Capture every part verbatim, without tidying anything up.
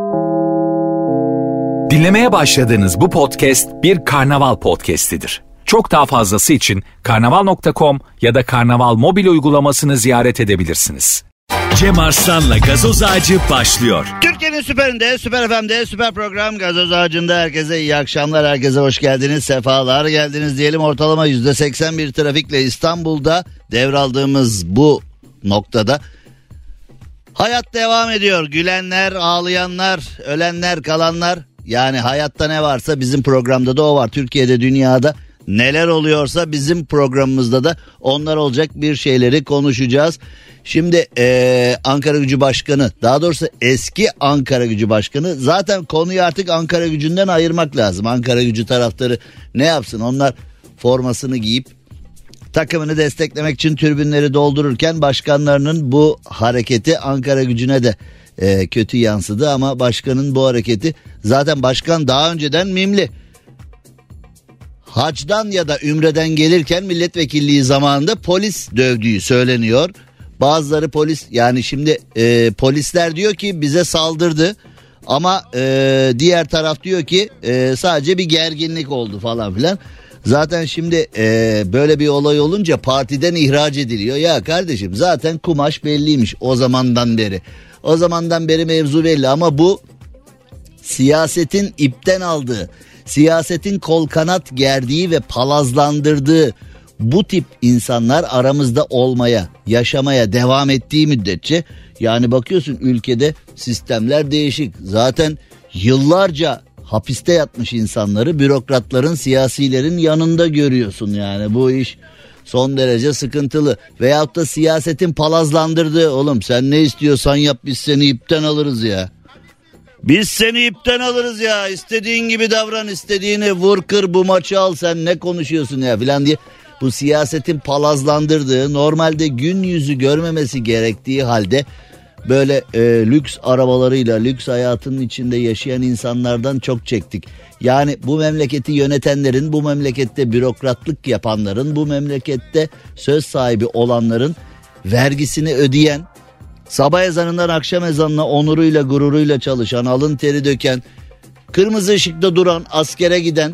Dinlemeye başladığınız bu podcast bir karnaval podcastidir. Çok daha fazlası için karnaval nokta com ya da karnaval mobil uygulamasını ziyaret edebilirsiniz. Cem Arslan'la Gazoz Ağacı başlıyor. Türkiye'nin süperinde, Süper F M'de, süper program Gazoz Ağacı'nda herkese iyi akşamlar, herkese hoş geldiniz, sefalar geldiniz diyelim. Ortalama yüzde seksen bir trafikle İstanbul'da devraldığımız bu noktada hayat devam ediyor. Gülenler, ağlayanlar, ölenler, kalanlar, yani hayatta ne varsa bizim programda da o var. Türkiye'de, dünyada neler oluyorsa bizim programımızda da onlar olacak, bir şeyleri konuşacağız. Şimdi ee, Ankara Gücü Başkanı, daha doğrusu eski Ankara Gücü Başkanı, zaten konuyu artık Ankara Gücü'nden ayırmak lazım. Ankara Gücü taraftarı ne yapsın? Onlar formasını giyip takımını desteklemek için tribünleri doldururken başkanlarının bu hareketi Ankara Gücü'ne de e, kötü yansıdı. Ama başkanın bu hareketi, zaten başkan daha önceden mimli. Hacdan ya da ümreden gelirken milletvekilliği zamanında polis dövdüğü söyleniyor. Bazıları polis, yani şimdi e, polisler diyor ki bize saldırdı ama e, diğer taraf diyor ki e, sadece bir gerginlik oldu falan filan. Zaten şimdi e, böyle bir olay olunca partiden ihraç ediliyor. Ya kardeşim, zaten kumaş belliymiş o zamandan beri. O zamandan beri mevzu belli ama bu siyasetin ipten aldığı, siyasetin kol kanat gerdiği ve palazlandırdığı bu tip insanlar aramızda olmaya, yaşamaya devam ettiği müddetçe, yani bakıyorsun ülkede sistemler değişik. Zaten yıllarca hapiste yatmış insanları bürokratların, siyasilerin yanında görüyorsun. Yani bu iş son derece sıkıntılı. Veyahut da siyasetin palazlandırdığı, oğlum sen ne istiyorsan yap, biz seni ipten alırız ya. Biz seni ipten alırız ya, istediğin gibi davran, istediğini vur kır, bu maçı al, sen ne konuşuyorsun ya filan diye. Bu siyasetin palazlandırdığı, normalde gün yüzü görmemesi gerektiği halde böyle e, lüks arabalarıyla lüks hayatının içinde yaşayan insanlardan çok çektik. Yani bu memleketi yönetenlerin, bu memlekette bürokratlık yapanların, bu memlekette söz sahibi olanların vergisini ödeyen, sabah ezanından akşam ezanına onuruyla gururuyla çalışan, alın teri döken, kırmızı ışıkta duran, askere giden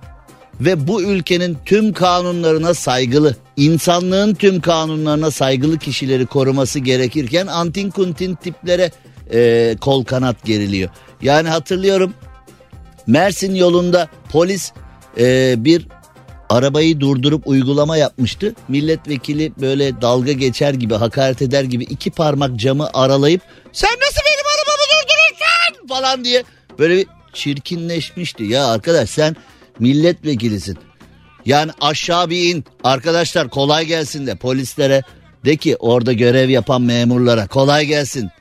ve bu ülkenin tüm kanunlarına saygılı, insanlığın tüm kanunlarına saygılı kişileri koruması gerekirken antin kuntin tiplere e, kol kanat geriliyor. Yani hatırlıyorum, Mersin yolunda polis e, bir arabayı durdurup uygulama yapmıştı. Milletvekili böyle dalga geçer gibi, hakaret eder gibi iki parmak camı aralayıp "Sen nasıl benim arabamı durdurursun?" falan diye böyle bir çirkinleşmişti. Ya arkadaş, sen milletvekilisin. Yani aşağı bir in. Arkadaşlar kolay gelsin de polislere, de ki orada görev yapan memurlara kolay gelsin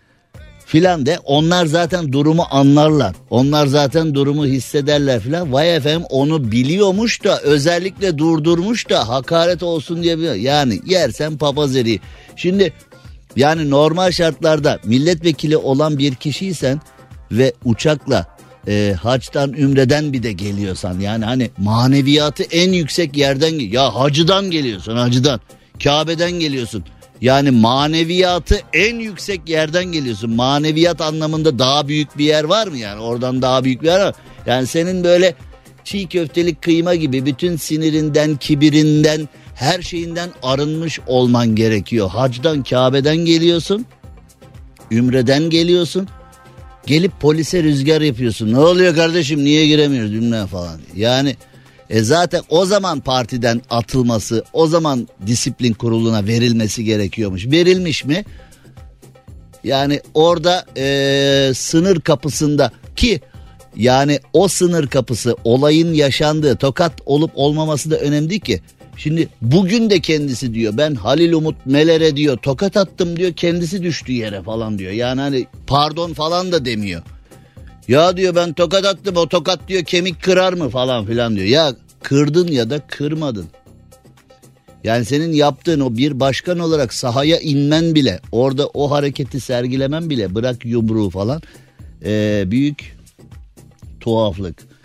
filan de. Onlar zaten durumu anlarlar. Onlar zaten durumu hissederler filan. Vay efendim, onu biliyormuş da özellikle durdurmuş da hakaret olsun diye biliyor. Yani yersen papaz eriği. Şimdi yani normal şartlarda milletvekili olan bir kişiysen ve uçakla E, haçtan ümreden bir de geliyorsan, yani hani maneviyatı en yüksek yerden, ya hacıdan geliyorsun, hacıdan, Kabe'den geliyorsun, yani maneviyatı en yüksek yerden geliyorsun. Maneviyat anlamında daha büyük bir yer var mı? Yani oradan daha büyük bir yer var mı? Yani senin böyle çiğ köftelik kıyma gibi bütün sinirinden, kibirinden, her şeyinden arınmış olman gerekiyor. Hacdan, Kabe'den geliyorsun, ümreden geliyorsun. Gelip polise rüzgar yapıyorsun. Ne oluyor kardeşim, niye giremiyoruz bilmem falan. Yani e zaten o zaman partiden atılması, o zaman disiplin kuruluna verilmesi gerekiyormuş. Verilmiş mi? Yani orada e, sınır kapısında, ki yani o sınır kapısı, olayın yaşandığı, tokat olup olmaması da önemli değil ki. Şimdi bugün de kendisi diyor, ben Halil Umut Meler'e diyor tokat attım diyor, kendisi düştü yere falan diyor. Yani hani pardon falan da demiyor. Ya diyor ben tokat attım, o tokat diyor kemik kırar mı falan filan diyor. Ya kırdın ya da kırmadın. Yani senin yaptığın o, bir başkan olarak sahaya inmen bile, orada o hareketi sergilemen bile, bırak yumruğu falan, ee, büyük tuhaflık.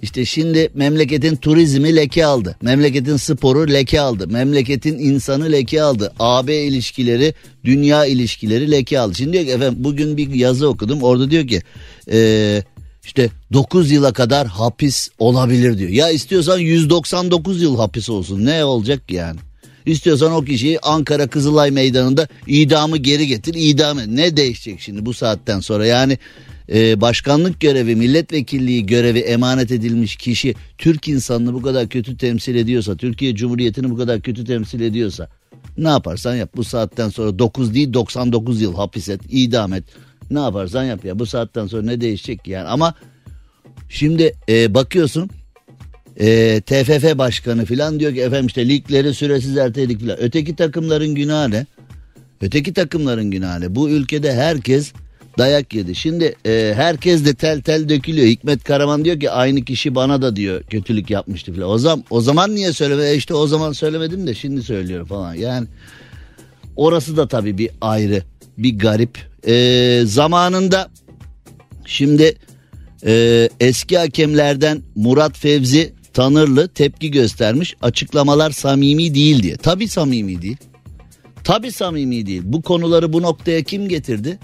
İşte şimdi memleketin turizmi leke aldı. Memleketin sporu leke aldı. Memleketin insanı leke aldı. A B ilişkileri, dünya ilişkileri leke aldı. Şimdi diyor ki efendim, bugün bir yazı okudum. Orada diyor ki ee, işte dokuz yıla kadar hapis olabilir diyor. Ya istiyorsan yüz doksan dokuz yıl hapis olsun. Ne olacak ki yani? İstiyorsan o kişiyi Ankara Kızılay Meydanı'nda idamı geri getir, idam et. Ne değişecek şimdi bu saatten sonra? Yani e, başkanlık görevi, milletvekilliği görevi emanet edilmiş kişi Türk insanını bu kadar kötü temsil ediyorsa, Türkiye Cumhuriyeti'ni bu kadar kötü temsil ediyorsa, ne yaparsan yap bu saatten sonra dokuz değil doksan dokuz yıl hapis et, idam et. Ne yaparsan yap ya, bu saatten sonra ne değişecek ki yani? Ama şimdi e, bakıyorsun e, T F F başkanı filan diyor ki efendim işte ligleri süresiz erteledik filan. Öteki takımların günahı ne? Öteki takımların günahı ne? Bu ülkede herkes dayak yedi. Şimdi e, herkes de tel tel dökülüyor. Hikmet Karaman diyor ki aynı kişi bana da diyor kötülük yapmıştı filan. O zaman o zaman niye söylemedin? E işte o zaman söylemedim de şimdi söylüyorum falan. Yani orası da tabii bir ayrı, bir garip. E, zamanında şimdi e, eski hakemlerden Murat Fevzi Tanırlı tepki göstermiş. Açıklamalar samimi değil diye. Tabii samimi değil. Tabii samimi değil. Bu konuları bu noktaya kim getirdi?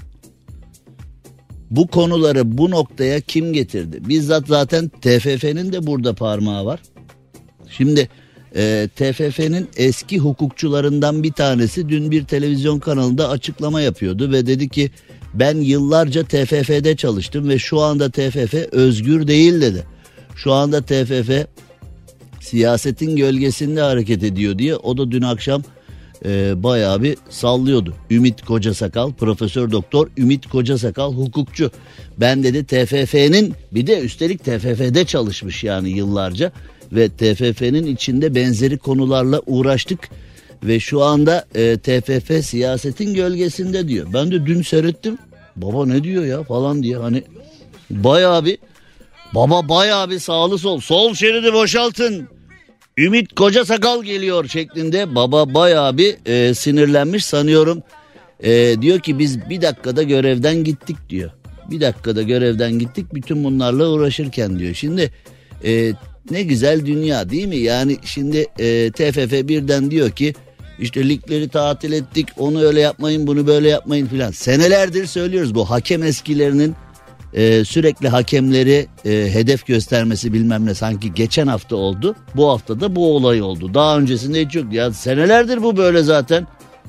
Bu konuları bu noktaya kim getirdi? Bizzat zaten T F F'nin de burada parmağı var. Şimdi e, T F F'nin eski hukukçularından bir tanesi dün bir televizyon kanalında açıklama yapıyordu ve dedi ki ben yıllarca T F F'de çalıştım ve şu anda T F F özgür değil dedi. Şu anda T F F siyasetin gölgesinde hareket ediyor diye o da dün akşam e, bayağı bir sallıyordu. Ümit Kocasakal, Profesör Doktor Ümit Kocasakal hukukçu. Ben dedi T F F'nin, bir de üstelik T F F'de çalışmış yani yıllarca ve T F F'nin içinde benzeri konularla uğraştık ve şu anda e, T F F siyasetin gölgesinde diyor. Ben de dün seyrettim. Baba ne diyor ya falan diye, hani bayağı bir baba bayağı bir sağlı sol sol şeridi boşaltın, Ümit Kocasakal geliyor şeklinde baba bayağı bir e, sinirlenmiş sanıyorum. E, diyor ki biz bir dakikada görevden gittik diyor. Bir dakikada görevden gittik bütün bunlarla uğraşırken diyor. Şimdi e, ne güzel dünya değil mi? Yani şimdi e, T F F birden diyor ki işte ligleri tatil ettik, onu öyle yapmayın bunu böyle yapmayın filan. Senelerdir söylüyoruz, bu hakem eskilerinin Ee, sürekli hakemleri e, hedef göstermesi bilmem ne, sanki geçen hafta oldu, bu hafta da bu olay oldu, daha öncesinde hiç yok ya, senelerdir bu böyle zaten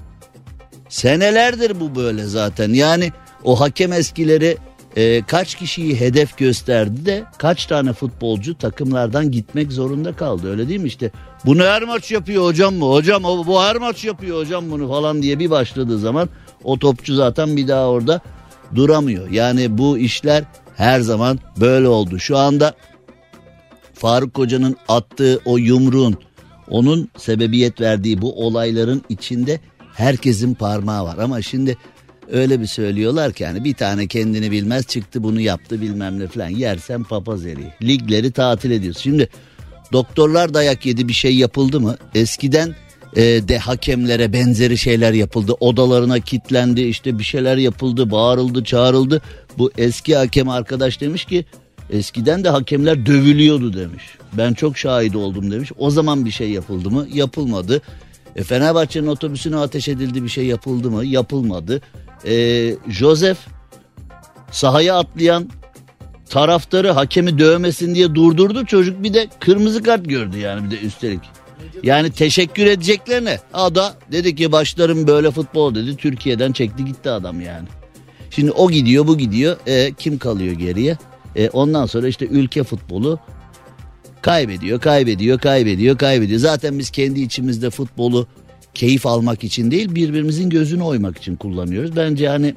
senelerdir bu böyle zaten yani o hakem eskileri e, kaç kişiyi hedef gösterdi de kaç tane futbolcu takımlardan gitmek zorunda kaldı, öyle değil mi? İşte bunu her maç yapıyor hocam mı hocam o, bu her maç yapıyor hocam bunu falan diye bir başladığı zaman o topçu zaten bir daha orada duramıyor. Yani bu işler her zaman böyle oldu. Şu anda Faruk Koca'nın attığı o yumruğun, onun sebebiyet verdiği bu olayların içinde herkesin parmağı var. Ama şimdi öyle bir söylüyorlar ki hani bir tane kendini bilmez çıktı bunu yaptı bilmem ne falan, yersen papaz eriği. Ligleri tatil ediyoruz. Şimdi doktorlar dayak yedi, bir şey yapıldı mı? Eskiden E, de hakemlere benzeri şeyler yapıldı, odalarına kilitlendi, işte bir şeyler yapıldı, bağırıldı, çağrıldı. Bu eski hakem arkadaş demiş ki eskiden de hakemler dövülüyordu demiş. Ben çok şahit oldum demiş. O zaman bir şey yapıldı mı? Yapılmadı. E, Fenerbahçe'nin otobüsüne ateş edildi, bir şey yapıldı mı? Yapılmadı. E, Joseph sahaya atlayan taraftarı hakemi dövmesin diye durdurdu, çocuk bir de kırmızı kart gördü yani, bir de üstelik. Yani teşekkür edeceklerine. O da dedi ki başlarım böyle futbol dedi. Türkiye'den çekti gitti adam yani. Şimdi o gidiyor bu gidiyor. E, kim kalıyor geriye? E, ondan sonra işte ülke futbolu kaybediyor, kaybediyor, kaybediyor, kaybediyor. Zaten biz kendi içimizde futbolu keyif almak için değil, birbirimizin gözünü oymak için kullanıyoruz. Bence hani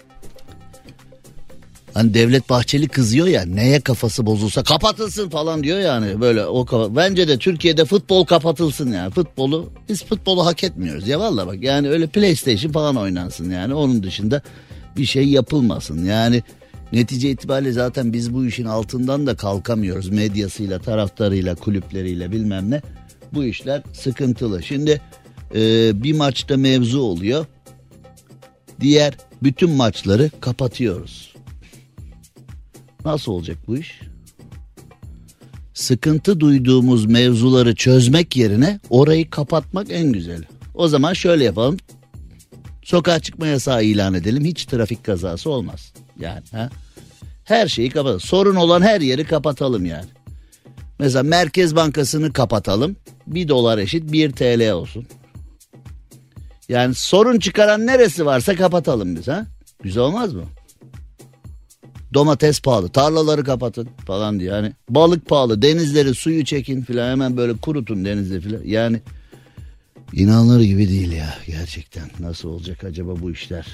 Hani Devlet Bahçeli kızıyor ya, neye kafası bozulsa kapatılsın falan diyor yani, böyle o kafa. Bence de Türkiye'de futbol kapatılsın yani, futbolu biz futbolu hak etmiyoruz ya vallahi bak yani, öyle PlayStation falan oynansın yani, onun dışında bir şey yapılmasın yani. Netice itibariyle zaten biz bu işin altından da kalkamıyoruz, medyasıyla, taraftarıyla, kulüpleriyle bilmem ne, bu işler sıkıntılı. Şimdi e, bir maçta mevzu oluyor, diğer bütün maçları kapatıyoruz. Nasıl olacak bu iş? sıkıntı duyduğumuz mevzuları çözmek yerine orayı kapatmak en güzeli. O zaman şöyle yapalım. Sokağa çıkma yasağı ilan edelim. Hiç trafik kazası olmaz. Yani ha? Her şeyi kapatalım. Sorun olan her yeri kapatalım yani. Mesela Merkez Bankası'nı kapatalım. Bir dolar eşit bir T L olsun. Yani sorun çıkaran neresi varsa kapatalım biz ha. Güzel olmaz mı? Domates pahalı, tarlaları kapatın falan diye. Yani balık pahalı, denizleri suyu çekin filan, hemen böyle kurutun denizleri filan. Yani inanılır gibi değil ya gerçekten. Nasıl olacak acaba bu işler?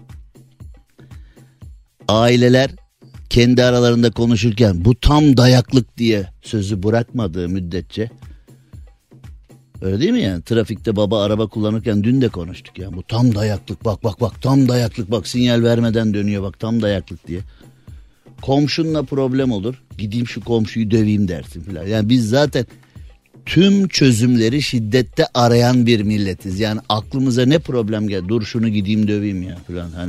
Aileler kendi aralarında konuşurken bu tam dayaklık diye sözü bırakmadığı müddetçe, öyle değil mi yani? Trafikte baba araba kullanırken dün de konuştuk ya. Bu tam dayaklık, bak bak bak tam dayaklık, bak sinyal vermeden dönüyor, bak tam dayaklık diye. Komşunla problem olur, gideyim şu komşuyu döveyim dersin filan. Yani biz zaten tüm çözümleri şiddette arayan bir milletiz. Yani aklımıza ne problem gel, dur şunu gideyim döveyim ya filan hani.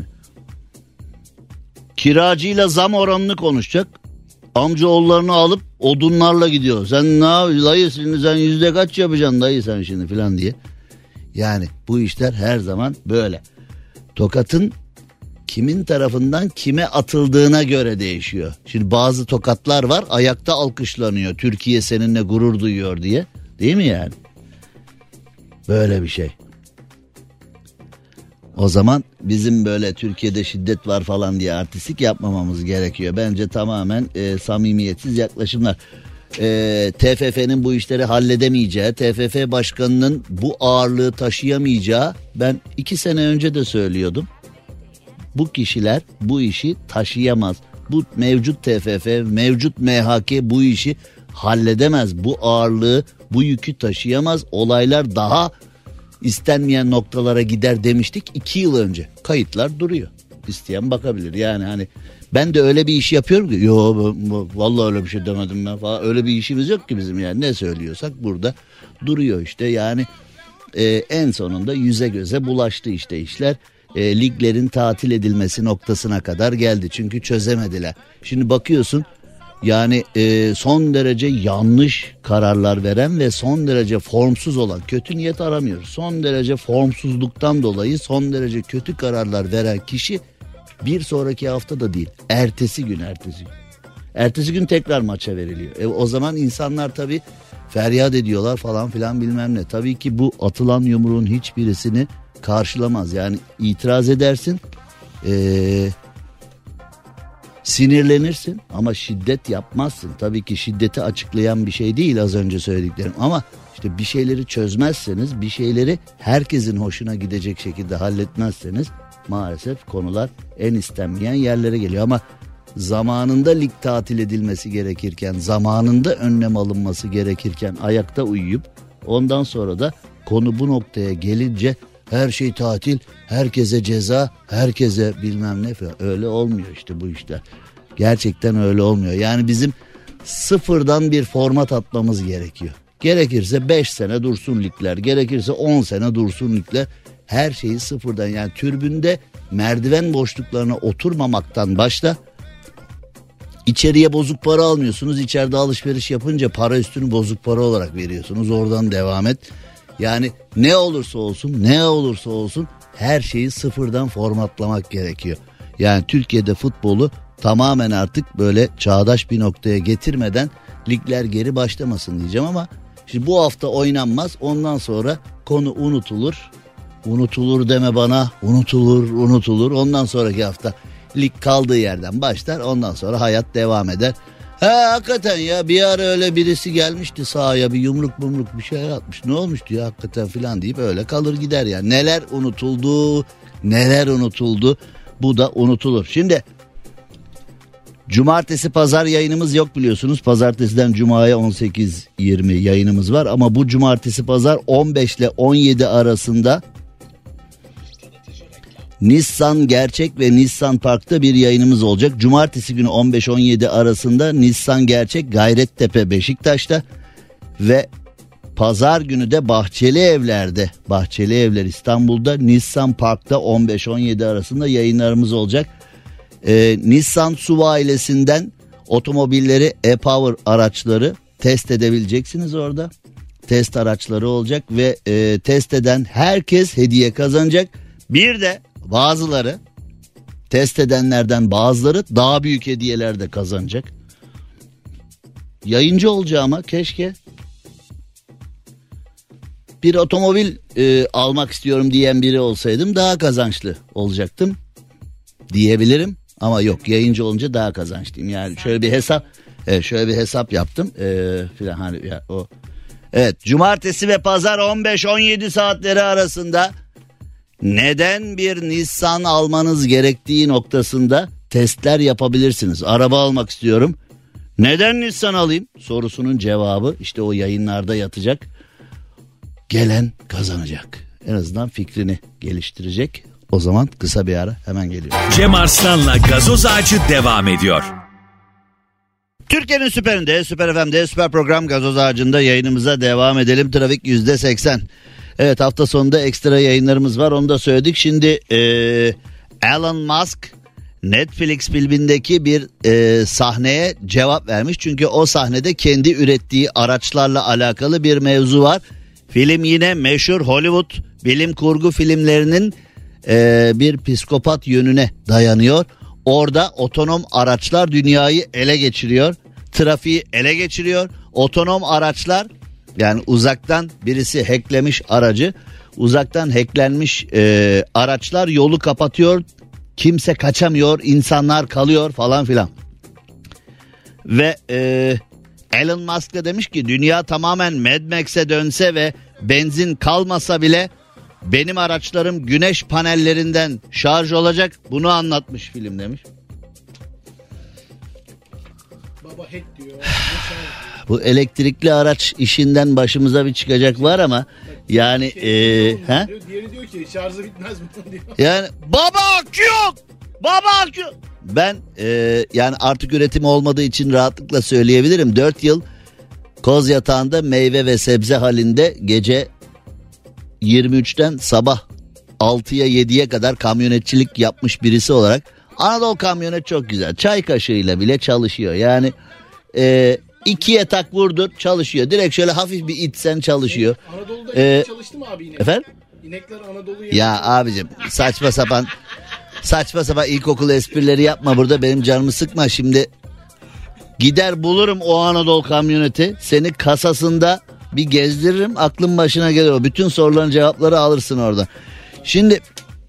Kiracıyla zam oranını konuşacak. Amcaoğullarını alıp odunlarla gidiyor. Sen ne yapıyorsun dayı, şimdi sen yüzde kaç yapacaksın dayı sen şimdi filan diye. Yani bu işler her zaman böyle. Tokatın kimin tarafından kime atıldığına göre değişiyor. Şimdi bazı tokatlar var, ayakta alkışlanıyor. Türkiye seninle gurur duyuyor diye. Değil mi yani? Böyle bir şey. O zaman bizim böyle Türkiye'de şiddet var falan diye artistik yapmamamız gerekiyor. Bence tamamen e, samimiyetsiz yaklaşımlar. E, T F F'nin bu işleri halledemeyeceği, T F F başkanının bu ağırlığı taşıyamayacağı ben iki sene önce de söylüyordum. Bu kişiler bu işi taşıyamaz. Bu mevcut T F F, mevcut M H K bu işi halledemez. Bu ağırlığı, bu yükü taşıyamaz. Olaylar daha istenmeyen noktalara gider demiştik iki yıl önce. Kayıtlar duruyor. İsteyen bakabilir. Yani hani ben de öyle bir iş yapıyorum ki. Yo vallahi öyle bir şey demedim ben falan. Öyle bir işimiz yok ki bizim yani. Ne söylüyorsak burada duruyor işte. Yani e, en sonunda yüze göze bulaştı işte işler. E, liglerin tatil edilmesi noktasına kadar geldi. Çünkü çözemediler. Şimdi bakıyorsun yani e, son derece yanlış kararlar veren ve son derece formsuz olan, kötü niyet aramıyoruz. Son derece formsuzluktan dolayı son derece kötü kararlar veren kişi bir sonraki hafta da değil. Ertesi gün ertesi gün. Ertesi gün tekrar maça veriliyor. E, o zaman insanlar tabii feryat ediyorlar falan filan bilmem ne. Tabii ki bu atılan yumruğun hiçbirisini karşılamaz. Yani itiraz edersin, eee sinirlenirsin ama şiddet yapmazsın. Tabii ki şiddeti açıklayan bir şey değil az önce söylediklerim ama işte bir şeyleri çözmezseniz, bir şeyleri herkesin hoşuna gidecek şekilde halletmezseniz maalesef konular en istenmeyen yerlere geliyor. Ama zamanında lig tatil edilmesi gerekirken, zamanında önlem alınması gerekirken ayakta uyuyup ondan sonra da konu bu noktaya gelince her şey tatil, herkese ceza, herkese bilmem ne falan. Öyle olmuyor işte bu işler. Gerçekten öyle olmuyor. Yani bizim sıfırdan bir format atmamız gerekiyor. Gerekirse beş sene dursun ligler, gerekirse on sene dursun ligler. Her şeyi sıfırdan, yani türbünde merdiven boşluklarına oturmamaktan başla. İçeriye bozuk para almıyorsunuz. İçeride alışveriş yapınca para üstünü bozuk para olarak veriyorsunuz. Oradan devam et. Yani ne olursa olsun, ne olursa olsun her şeyi sıfırdan formatlamak gerekiyor. Yani Türkiye'de futbolu tamamen artık böyle çağdaş bir noktaya getirmeden ligler geri başlamasın diyeceğim ama şimdi bu hafta oynanmaz, ondan sonra konu unutulur. Unutulur deme bana, unutulur, unutulur. Ondan sonraki hafta lig kaldığı yerden başlar, ondan sonra hayat devam eder. Ha hakikaten ya, bir ara öyle birisi gelmişti sahaya, bir yumruk mumruk bir şey atmış, ne olmuştu ya hakikaten filan deyip öyle kalır gider yani. Neler unutuldu, neler unutuldu, bu da unutulur. Şimdi cumartesi pazar yayınımız yok biliyorsunuz. Pazartesiden cumaya on sekiz yirmi yayınımız var ama bu cumartesi pazar on beş ile on yedi arasında Nissan Gerçek ve Nissan Park'ta bir yayınımız olacak. Cumartesi günü on beş on yedi arasında Nissan Gerçek Gayrettepe Beşiktaş'ta ve pazar günü de Bahçeli Evler'de, Bahçeli Evler İstanbul'da, Nissan Park'ta on beş on yedi arasında yayınlarımız olacak. Ee, Nissan S U V ailesinden otomobilleri, e-Power araçları, test edebileceksiniz orada. Test araçları olacak ve e, test eden herkes hediye kazanacak. Bir de bazıları, test edenlerden bazıları daha büyük hediyeler de kazanacak. Yayıncı olacağıma keşke bir otomobil e, almak istiyorum diyen biri olsaydım daha kazançlı olacaktım diyebilirim. Ama yok, yayıncı olunca daha kazançlıyım. Yani şöyle bir hesap, e, şöyle bir hesap yaptım. E, filan hani ya, o. Evet, cumartesi ve pazar on beş on yedi saatleri arasında neden bir Nissan almanız gerektiği noktasında testler yapabilirsiniz. Araba almak istiyorum. Neden Nissan alayım sorusunun cevabı işte o yayınlarda yatacak. Gelen kazanacak. En azından fikrini geliştirecek. O zaman kısa bir ara, hemen geliyor. Cem Arslan'la Gazoz Ağacı devam ediyor. Türkiye'nin süperinde, Süper F M'de, süper program Gazoz Ağacı'nda yayınımıza devam edelim. Trafik yüzde seksen. Evet, hafta sonunda ekstra yayınlarımız var, onu da söyledik. Şimdi ee, Elon Musk Netflix filmindeki bir e, sahneye cevap vermiş. Çünkü o sahnede kendi ürettiği araçlarla alakalı bir mevzu var. Film yine meşhur Hollywood bilim kurgu filmlerinin e, bir psikopat yönüne dayanıyor. Orada otonom araçlar dünyayı ele geçiriyor. Trafiği ele geçiriyor. Otonom araçlar, yani uzaktan birisi hacklemiş aracı. Uzaktan hacklenmiş e, araçlar yolu kapatıyor. Kimse kaçamıyor, insanlar kalıyor falan filan. Ve e, Elon Musk da demiş ki dünya tamamen Mad Max'e dönse ve benzin kalmasa bile benim araçlarım güneş panellerinden şarj olacak. Bunu anlatmış film demiş. Baba hack diyor. Bu elektrikli araç işinden başımıza bir çıkacak var ama yani şey, e, ha? Diğeri diyor ki şarjı bitmez mi diyor. Yani baba akü yok. Baba akü. Ben e, yani artık üretimi olmadığı için rahatlıkla söyleyebilirim. dört yıl koz yatağında meyve ve sebze halinde gece yirmi üçten sabah altıya yediye kadar kamyonetçilik yapmış birisi olarak Anadolu Kamyonet çok güzel. Çay kaşığıyla bile çalışıyor. Yani e, ikiye tak vurdur çalışıyor. Direkt şöyle hafif bir itsen çalışıyor. Anadolu'da ee, çalıştı mı abi inek? Efendim? İnekler Anadolu'ya... Ya abicim saçma sapan saçma sapan ilkokul esprileri yapma burada, benim canımı sıkma. Şimdi gider bulurum o Anadolu Kamyoneti, seni kasasında bir gezdiririm, aklın başına gelir, o bütün soruların cevapları alırsın orada. Şimdi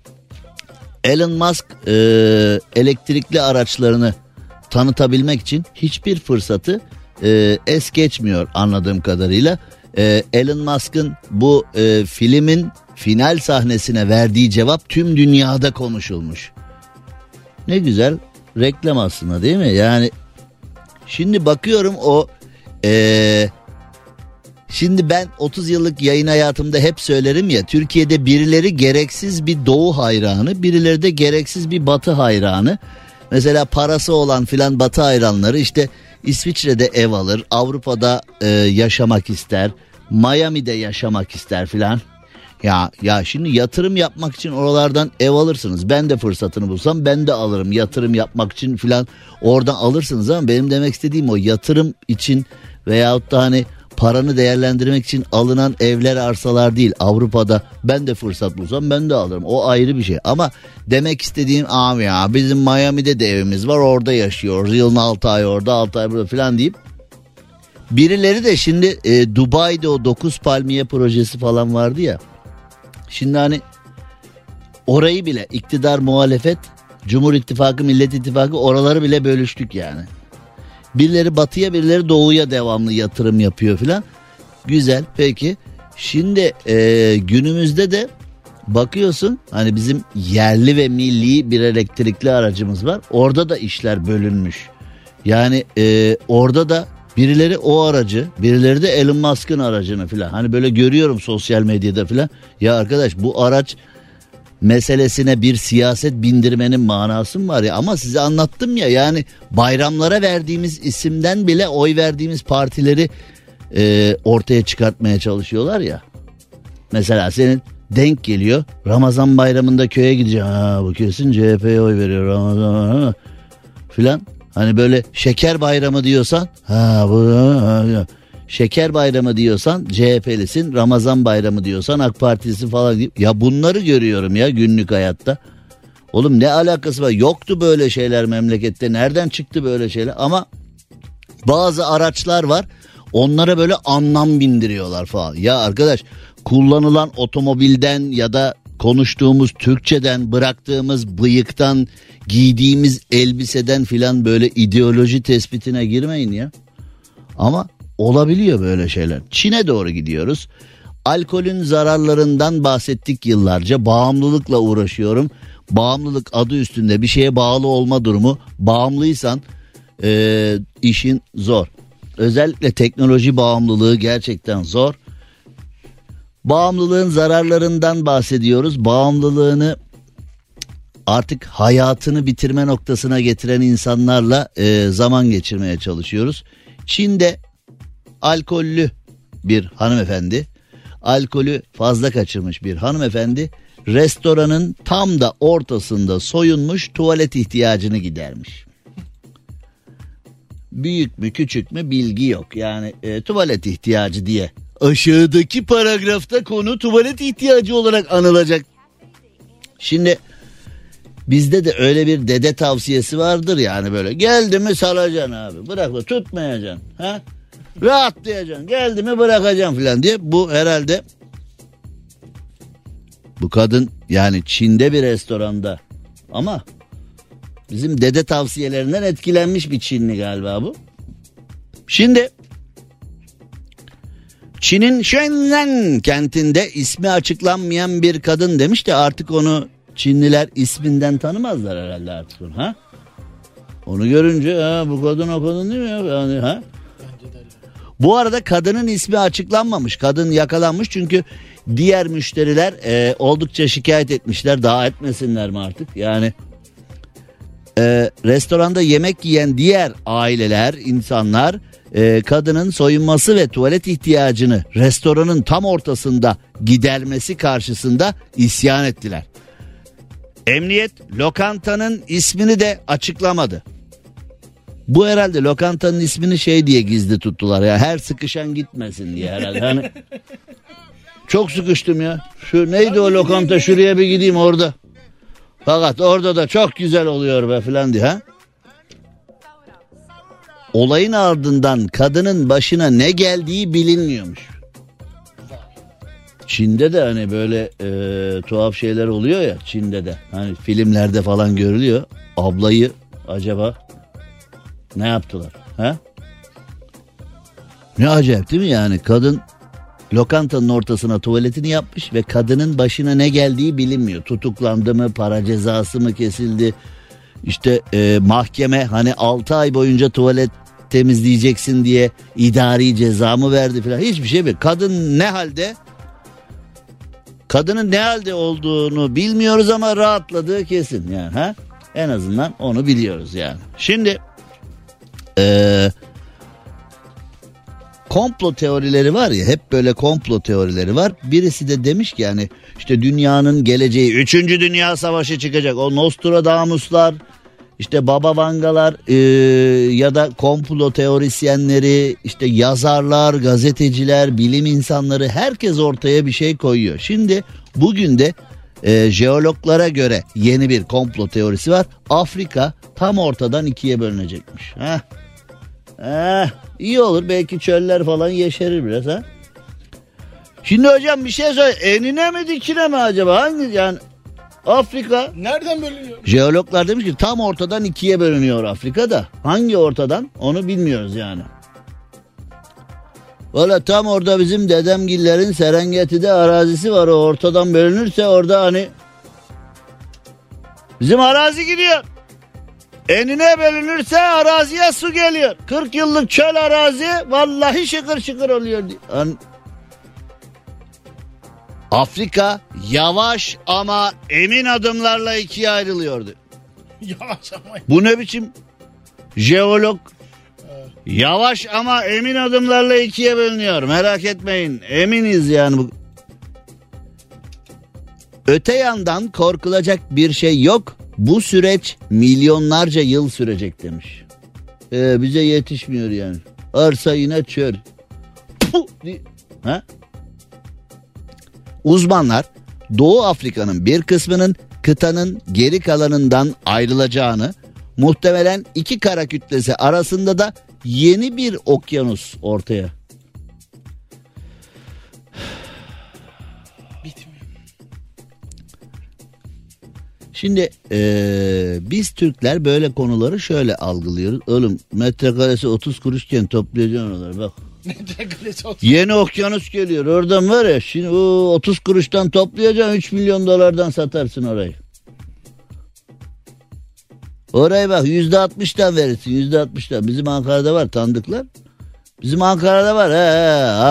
Elon Musk e, elektrikli araçlarını tanıtabilmek için hiçbir fırsatı e, es geçmiyor anladığım kadarıyla. E, Elon Musk'ın bu e, filmin final sahnesine verdiği cevap tüm dünyada konuşulmuş. Ne güzel reklam aslında, değil mi? Yani şimdi bakıyorum o e, şimdi ben otuz yıllık yayın hayatımda hep söylerim ya, Türkiye'de birileri gereksiz bir doğu hayranı, birileri de gereksiz bir batı hayranı. Mesela parası olan filan batı hayranları işte İsviçre'de ev alır, Avrupa'da e, yaşamak ister, Miami'de yaşamak ister filan. Ya ya şimdi yatırım yapmak için oralardan ev alırsınız. Ben de fırsatını bulsam ben de alırım yatırım yapmak için filan, oradan alırsınız ama benim demek istediğim o yatırım için veyahut da hani paranı değerlendirmek için alınan evler, arsalar değil. Avrupa'da ben de fırsat bulsam ben de alırım. O ayrı bir şey. Ama demek istediğim abi ya bizim Miami'de de evimiz var, orada yaşıyoruz. Yılın altı ay orada, altı ay burada falan deyip birileri de şimdi e, Dubai'de o dokuz palmiye projesi falan vardı ya. Şimdi hani orayı bile iktidar, muhalefet, Cumhur İttifakı, Millet İttifakı, oraları bile bölüştük yani. Birileri batıya, birileri doğuya devamlı yatırım yapıyor filan. Güzel, peki. Şimdi e, günümüzde de bakıyorsun hani bizim yerli ve milli bir elektrikli aracımız var. Orada da işler bölünmüş. Yani e, orada da birileri o aracı, birileri de Elon Musk'ın aracını filan. Hani böyle görüyorum sosyal medyada filan. Ya arkadaş bu araç meselesine bir siyaset bindirmenin manası mı var ya? Ama size anlattım ya, yani bayramlara verdiğimiz isimden bile oy verdiğimiz partileri e, ortaya çıkartmaya çalışıyorlar ya. Mesela senin denk geliyor Ramazan bayramında köye gideceğim. Ha bu kesin C H P'ye oy veriyor Ramazan filan. Hani böyle şeker bayramı diyorsan ha bu ha, Şeker bayramı diyorsan C H P'lisin, Ramazan bayramı diyorsan AK Partisi falan. Ya bunları görüyorum ya günlük hayatta. Oğlum ne alakası var? Yoktu böyle şeyler memlekette. Nereden çıktı böyle şeyler? Ama bazı araçlar var. Onlara böyle anlam bindiriyorlar falan. Ya arkadaş, kullanılan otomobilden ya da konuştuğumuz Türkçeden, bıraktığımız bıyıktan, giydiğimiz elbiseden filan böyle ideoloji tespitine girmeyin ya. Ama olabiliyor böyle şeyler. Çin'e doğru gidiyoruz. Alkolün zararlarından bahsettik yıllarca. Bağımlılıkla uğraşıyorum. Bağımlılık adı üstünde, bir şeye bağlı olma durumu. Bağımlıysan e, işin zor. Özellikle teknoloji bağımlılığı gerçekten zor. Bağımlılığın zararlarından bahsediyoruz. Bağımlılığını artık hayatını bitirme noktasına getiren insanlarla e, zaman geçirmeye çalışıyoruz. Çin'de alkollü bir hanımefendi, alkolü fazla kaçırmış bir hanımefendi restoranın tam da ortasında soyunmuş, tuvalet ihtiyacını gidermiş. Büyük mü küçük mü bilgi yok. Yani e, tuvalet ihtiyacı diye aşağıdaki paragrafta konu tuvalet ihtiyacı olarak anılacak. Şimdi bizde de öyle bir dede tavsiyesi vardır yani, böyle geldi mi salacaksın abi, bırakma, tutmayacaksın, ha? Rahatlayacaksın, geldi mi bırakacaksın filan diye. Bu herhalde bu kadın yani Çin'de bir restoranda ama bizim dede tavsiyelerinden etkilenmiş bir Çinli galiba bu. Şimdi Çin'in Shenzhen kentinde ismi açıklanmayan bir kadın demiş de artık onu Çinliler isminden tanımazlar herhalde artık onu, ha? Onu görünce ha, bu kadın o kadın değil mi ya? Yani, ha? Bu arada kadının ismi açıklanmamış. Kadın yakalanmış çünkü diğer müşteriler e, oldukça şikayet etmişler. Daha etmesinler mi artık? Yani e, restoranda yemek yiyen diğer aileler, insanlar e, kadının soyunması ve tuvalet ihtiyacını restoranın tam ortasında gidermesi karşısında isyan ettiler. Emniyet lokantanın ismini de açıklamadı. Bu herhalde lokantanın ismini şey diye gizli tuttular ya, her sıkışan gitmesin diye herhalde. Hani çok sıkıştım ya. Şu neydi o lokanta, şuraya bir gideyim orada. Fakat orada da çok güzel oluyor be filan diye, ha. Olayın ardından kadının başına ne geldiği bilinmiyormuş. Çin'de de hani böyle e, tuhaf şeyler oluyor ya Çin'de de. Hani filmlerde falan görülüyor. Ablayı acaba ne yaptılar? Ha? Ne acayip değil mi yani? Kadın lokantanın ortasına tuvaletini yapmış ve kadının başına ne geldiği bilinmiyor. Tutuklandı mı, para cezası mı kesildi? İşte e, mahkeme hani altı ay boyunca tuvalet temizleyeceksin diye idari ceza mı verdi falan, hiçbir şey yok. Kadın ne halde? Kadının ne halde olduğunu bilmiyoruz ama rahatladığı kesin yani, ha? En azından onu biliyoruz yani. Şimdi Ee, komplo teorileri var ya, hep böyle komplo teorileri var. Birisi de demiş ki yani işte dünyanın geleceği, üçüncü Dünya Savaşı çıkacak. O Nostradamuslar, işte Baba Vangalar e, ya da komplo teorisyenleri, işte yazarlar, gazeteciler, bilim insanları, herkes ortaya bir şey koyuyor. Şimdi bugün de e, jeologlara göre yeni bir komplo teorisi var. Afrika tam ortadan ikiye bölünecekmiş. Heh. Heh. İyi olur, belki çöller falan yeşerir biraz, ha. Şimdi hocam bir şey söyle, enine mi dikine mi acaba, hangi yani Afrika? Nereden bölünüyor? Jeologlar demiş ki tam ortadan ikiye bölünüyor Afrika'da. Hangi ortadan onu bilmiyoruz yani. Valla tam orada bizim dedemgillerin Serengeti'de arazisi var, o ortadan bölünürse orada hani bizim arazi gidiyor. Enine bölünürse araziye su geliyor. kırk yıllık çöl arazi vallahi şıkır şıkır oluyor. Hani Afrika yavaş ama emin adımlarla ikiye ayrılıyordu. Yavaş ama. Bu ne biçim jeolog? Yavaş ama emin adımlarla ikiye bölünüyor. Merak etmeyin, eminiz yani. Bu. Öte yandan korkulacak bir şey yok. Bu süreç milyonlarca yıl sürecek demiş. Ee, bize yetişmiyor yani. Arsa yine çöl. Ha? Uzmanlar Doğu Afrika'nın bir kısmının kıtanın geri kalanından ayrılacağını, muhtemelen iki kara kütlesi arasında da yeni bir okyanus ortaya. Bitmiyor. Şimdi ee, biz Türkler böyle konuları şöyle algılıyoruz. Oğlum metrekaresi otuz kuruşken toplayacaksın oraları bak. Yeni okyanus geliyor oradan var ya, şimdi o otuz kuruştan toplayacaksın, üç milyon dolardan satarsın orayı. Orayı bak yüzde altmıştan verirsin, yüzde altmıştan. Bizim Ankara'da var tanıdıklar. Bizim Ankara'da var. He, he,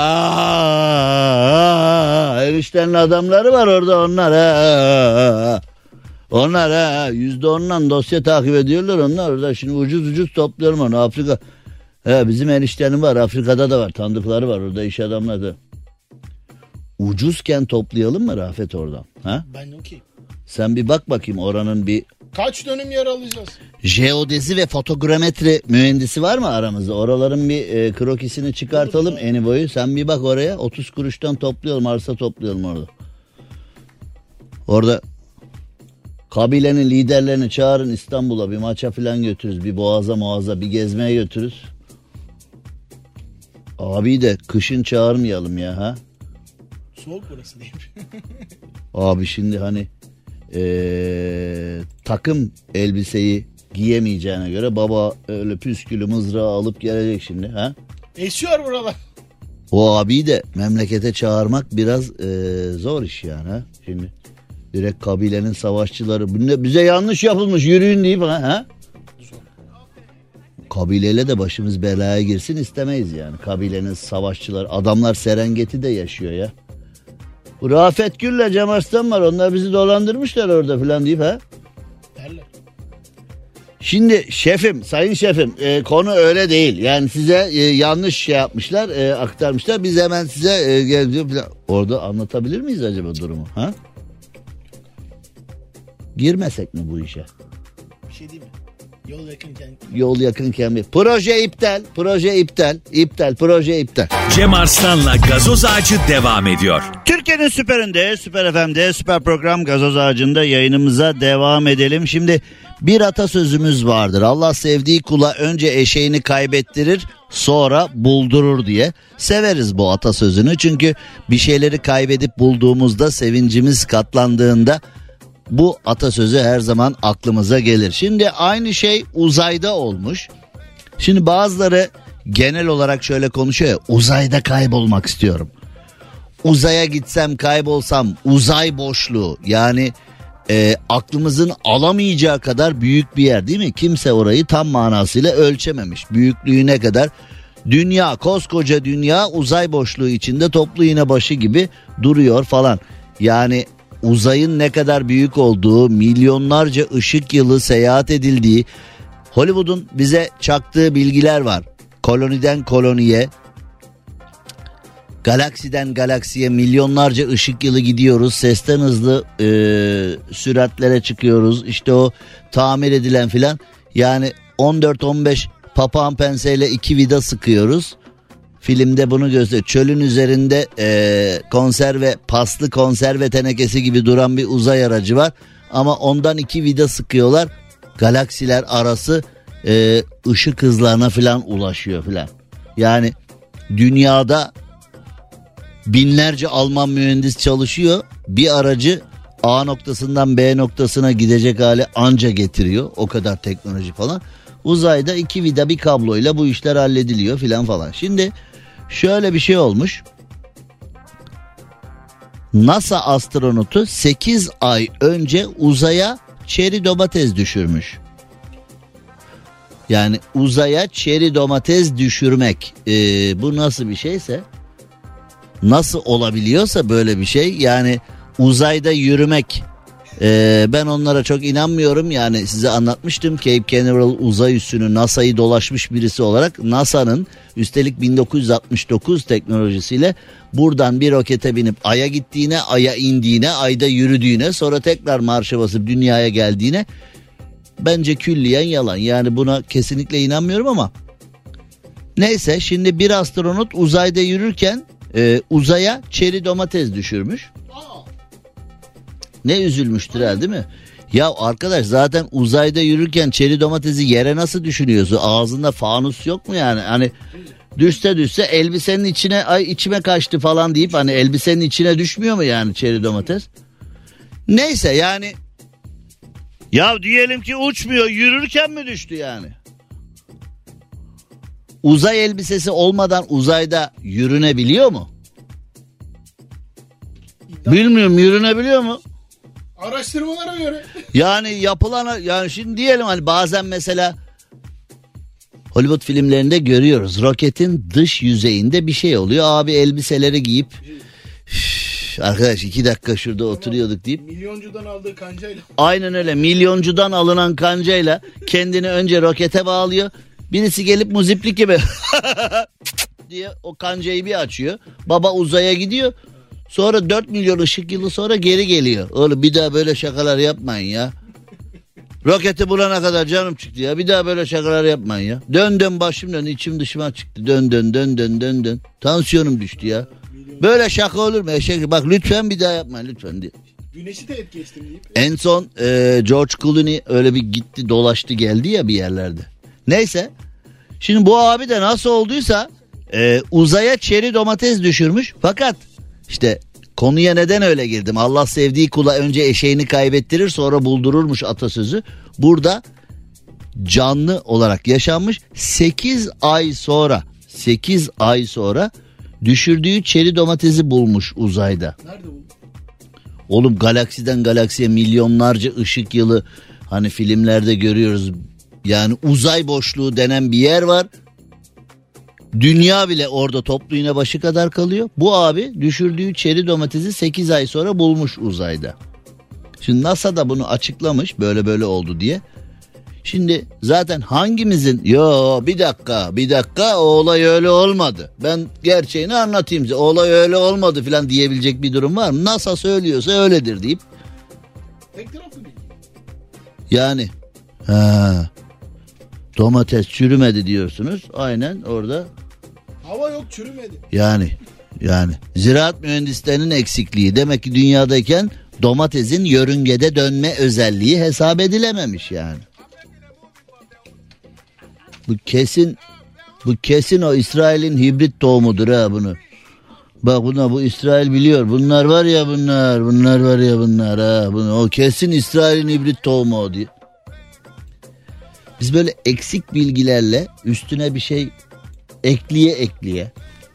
he, he. Eniştenin adamları var orada, onlar. He, he, he. Onlar he, yüzde ondan dosya takip ediyorlar onlar orada. Şimdi ucuz ucuz topluyorum onu. Afrika. He, bizim eniştenin var, Afrika'da da var, tanıdıkları var orada, iş adamları da. Ucuzken toplayalım mı Rafet oradan? Ha? Ben okey. Sen bir bak bakayım oranın bir... Kaç dönüm yer alacağız? Jeodezi ve fotogrametri mühendisi var mı aramızda? Oraların bir e, krokisini çıkartalım eni boyu. Sen bir bak oraya, otuz kuruştan toplayalım, arsa toplayalım orada. Orada kabilenin liderlerini çağırın, İstanbul'a bir maça falan götürürüz. Bir boğaza muaza bir gezmeye götürürüz. Abi de kışın çağırmayalım ya ha. Soğuk burası değil mi? Abi şimdi hani ee, takım elbiseyi giyemeyeceğine göre baba öyle püskülü mızrağı alıp gelecek şimdi ha. Esiyor buralar. O abiyi de memlekete çağırmak biraz ee, zor iş yani ha. Şimdi direkt kabilenin savaşçıları bize yanlış yapılmış yürüyün deyip ha. ha? Kabileyle de başımız belaya girsin istemeyiz yani. Kabilenin savaşçıları, adamlar Serengeti'de yaşıyor ya. Bu Rafet Gül'le Cem Arslan var, onlar bizi dolandırmışlar orada falan deyip ha. Derler. Şimdi şefim, sayın şefim e, konu öyle değil. Yani size e, yanlış şey yapmışlar, e, aktarmışlar. Biz hemen size e, geldiğim falan. Orada anlatabilir miyiz acaba durumu ha? Girmesek mi bu işe? Bir şey değil mi? Yol yakınken. Yol yakınken bir. Proje iptal, proje iptal, iptal, proje iptal. Cem Arslan'la Gazoz Ağacı devam ediyor. Türkiye'nin süperinde, Süper F M'de, süper program Gazoz Ağacı'nda yayınımıza devam edelim. Şimdi bir atasözümüz vardır. Allah sevdiği kula önce eşeğini kaybettirir, sonra buldurur diye. Severiz bu atasözünü çünkü bir şeyleri kaybedip bulduğumuzda, sevincimiz katlandığında bu atasözü her zaman aklımıza gelir. Şimdi aynı şey uzayda olmuş. Şimdi bazıları genel olarak şöyle konuşuyor ya, uzayda kaybolmak istiyorum. Uzaya gitsem kaybolsam, uzay boşluğu yani e, aklımızın alamayacağı kadar büyük bir yer değil mi? Kimse orayı tam manasıyla ölçememiş. Büyüklüğü ne kadar? Dünya, koskoca dünya uzay boşluğu içinde toplu iğne başı gibi duruyor falan. Yani uzayın ne kadar büyük olduğu, milyonlarca ışık yılı seyahat edildiği, Hollywood'un bize çaktığı bilgiler var. Koloniden koloniye, galaksiden galaksiye milyonlarca ışık yılı gidiyoruz. Sesten hızlı e, süratlere çıkıyoruz. İşte o tamir edilen filan. Yani on dört on beş papağan penseyle iki vida sıkıyoruz. Filmde bunu gösteriyor. Çölün üzerinde e, konserve, paslı konserve tenekesi gibi duran bir uzay aracı var. Ama ondan iki vida sıkıyorlar. Galaksiler arası e, ışık hızlarına falan ulaşıyor falan. Yani dünyada binlerce Alman mühendis çalışıyor. Bir aracı A noktasından B noktasına gidecek hale anca getiriyor. O kadar teknoloji falan. Uzayda iki vida bir kabloyla bu işler hallediliyor filan falan. Şimdi şöyle bir şey olmuş. NASA astronotu sekiz ay önce uzaya çeri domates düşürmüş. Yani uzaya çeri domates düşürmek ee, bu nasıl bir şeyse, nasıl olabiliyorsa böyle bir şey, yani uzayda yürümek, ee, ben onlara çok inanmıyorum. Yani size anlatmıştım, Cape Canaveral uzay üssünü NASA'yı dolaşmış birisi olarak, NASA'nın üstelik bin dokuz yüz altmış dokuz teknolojisiyle buradan bir rokete binip Ay'a gittiğine, Ay'a indiğine, Ay'da yürüdüğüne, sonra tekrar marşa basıp dünyaya geldiğine, bence külliyen yalan. Yani buna kesinlikle inanmıyorum ama Neyse şimdi bir astronot uzayda yürürken e, uzaya çeri domates düşürmüş. Ne üzülmüştür ha, değil mi? Ya arkadaş zaten uzayda yürürken çeri domatesi yere nasıl düşünüyorsun? Ağzında fanus yok mu yani? Hani düşse düşse elbisenin içine ay içime kaçtı falan deyip hani elbisenin içine düşmüyor mu yani çeri domates? Neyse yani ya diyelim ki uçmuyor, yürürken mi düştü yani? Uzay elbisesi olmadan uzayda yürünebiliyor mu? Bilmiyorum, yürünebiliyor mu? Araştırmalara göre. Yani yapılan yani şimdi diyelim hani bazen mesela Hollywood filmlerinde görüyoruz. Roketin dış yüzeyinde bir şey oluyor. Abi elbiseleri giyip üf, arkadaş iki dakika şurada tamam, oturuyorduk deyip. Milyoncudan aldığı kancayla. Aynen öyle, milyoncudan alınan kancayla kendini önce rokete bağlıyor. Birisi gelip muziplik gibi diye o kancayı bir açıyor. Baba uzaya gidiyor. Sonra dört milyon ışık yılı sonra geri geliyor. Oğlum bir daha böyle şakalar yapmayın ya. Roketi bulana kadar canım çıktı ya. Bir daha böyle şakalar yapmayın ya. Dön dön başım dön, içim dışıma çıktı. Dön dön dön dön dön dön. Tansiyonum düştü ya. Böyle şaka olur mu? Eşek. Bak lütfen bir daha yapmayın lütfen diye. Güneşi de et geçtim deyip. En son e, George Clooney öyle bir gitti dolaştı geldi ya bir yerlerde. Neyse. Şimdi bu abi de nasıl olduysa e, uzaya çeri domates düşürmüş. Fakat işte konuya neden öyle girdim? Allah sevdiği kula önce eşeğini kaybettirir sonra buldururmuş atasözü. Burada canlı olarak yaşanmış. sekiz ay sonra sekiz ay sonra düşürdüğü çeri domatesi bulmuş uzayda. Nerede bulmuş? Oğlum galaksiden galaksiye milyonlarca ışık yılı hani filmlerde görüyoruz. Yani uzay boşluğu denen bir yer var. Dünya bile orada toplu iğne başı kadar kalıyor. Bu abi düşürdüğü çeri domatesi sekiz ay sonra bulmuş uzayda. Şimdi NASA da bunu açıklamış böyle böyle oldu diye. Şimdi zaten hangimizin yo bir dakika bir dakika o olay öyle olmadı. Ben gerçeğini anlatayım size. O olay öyle olmadı falan diyebilecek bir durum var mı? NASA söylüyorsa öyledir deyip. Tek taraflı bilgi. Yani ha, domates çürümedi diyorsunuz. Aynen orada. Hava yok, çürümedi. Yani yani ziraat mühendislerinin eksikliği. Demek ki dünyadayken domatesin yörüngede dönme özelliği hesap edilememiş yani. Bu kesin bu kesin o İsrail'in hibrit tohumudur ha bunu. Bak buna bu İsrail biliyor. Bunlar var ya bunlar. Bunlar var ya bunlar ha. Bunu, o kesin İsrail'in hibrit tohumu o diye. Biz böyle eksik bilgilerle üstüne bir şey ekleye ekleye.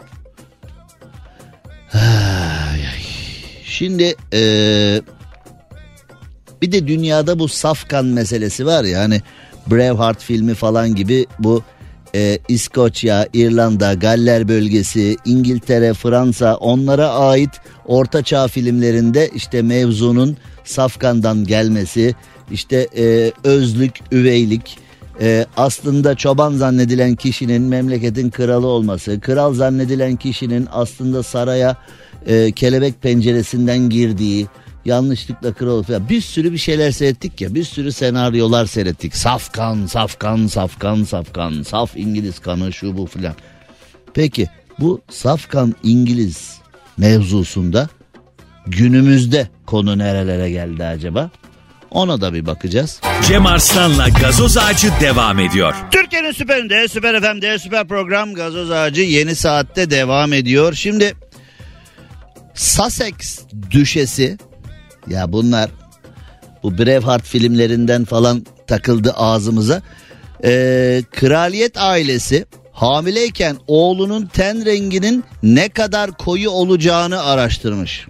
Şimdi ee, bir de dünyada bu safkan meselesi var ya hani Braveheart filmi falan gibi bu e, İskoçya, İrlanda, Galler bölgesi, İngiltere, Fransa onlara ait ortaçağ filmlerinde işte mevzunun safkandan gelmesi, işte e, özlük, üveylik, e, aslında çoban zannedilen kişinin memleketin kralı olması, kral zannedilen kişinin aslında saraya e, kelebek penceresinden girdiği, yanlışlıkla kral falan bir sürü bir şeyler seyrettik ya, bir sürü senaryolar seyrettik. Safkan, safkan, safkan, safkan, saf İngiliz kanı şu bu filan. Peki bu safkan İngiliz mevzusunda günümüzde konu nerelere geldi acaba? Ona da bir bakacağız. Cem Arslan'la Gazoz Ağacı devam ediyor. Türkiye'nin süperinde, Süper F M'de süper program Gazoz Ağacı yeni saatte devam ediyor. Şimdi Sussex düşesi, ya bunlar bu Braveheart filmlerinden falan takıldı ağzımıza. Ee, kraliyet ailesi hamileyken oğlunun ten renginin ne kadar koyu olacağını araştırmış.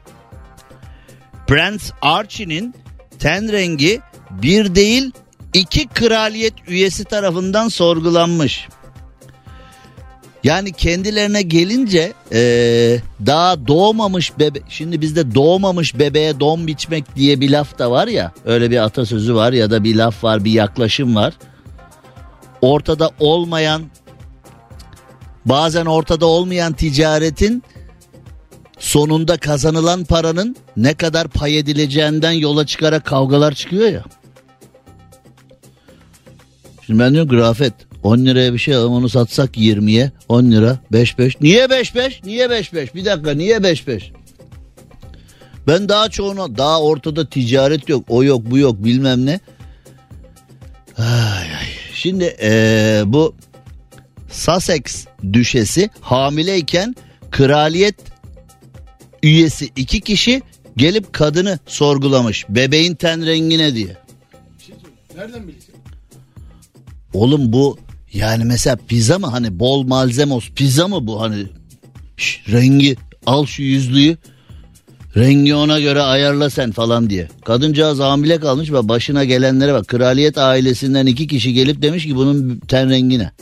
Prens Archie'nin ten rengi bir değil iki kraliyet üyesi tarafından sorgulanmış. Yani kendilerine gelince ee, daha doğmamış bebe, şimdi bizde doğmamış bebeğe don biçmek diye bir laf da var ya, öyle bir atasözü var ya da bir laf var, bir yaklaşım var. Ortada olmayan, bazen ortada olmayan ticaretin sonunda kazanılan paranın ne kadar pay edileceğinden yola çıkarak kavgalar çıkıyor ya. Şimdi ben diyorum ki Rafet, on liraya bir şey alalım, onu satsak yirmiye, on lira, beş beş. Niye beş beş? Niye beş beş? Bir dakika, niye beş beş? Ben daha çoğuna, daha ortada ticaret yok, o yok, bu yok, bilmem ne. Ay, ay. Şimdi ee, bu Sussex düşesi hamileyken kraliyet üyesi iki kişi gelip kadını sorgulamış. Bebeğin ten rengine diye. Bir şey söyleyeyim. Nereden bilirsin? Oğlum bu yani mesela pizza mı, hani bol malzemos pizza mı bu, hani şş, rengi al şu yüzlüğü, rengi ona göre ayarla sen falan diye. Kadıncağız hamile kalmış ve başına gelenlere bak. Kraliyet ailesinden iki kişi gelip demiş ki bunun ten rengi ne?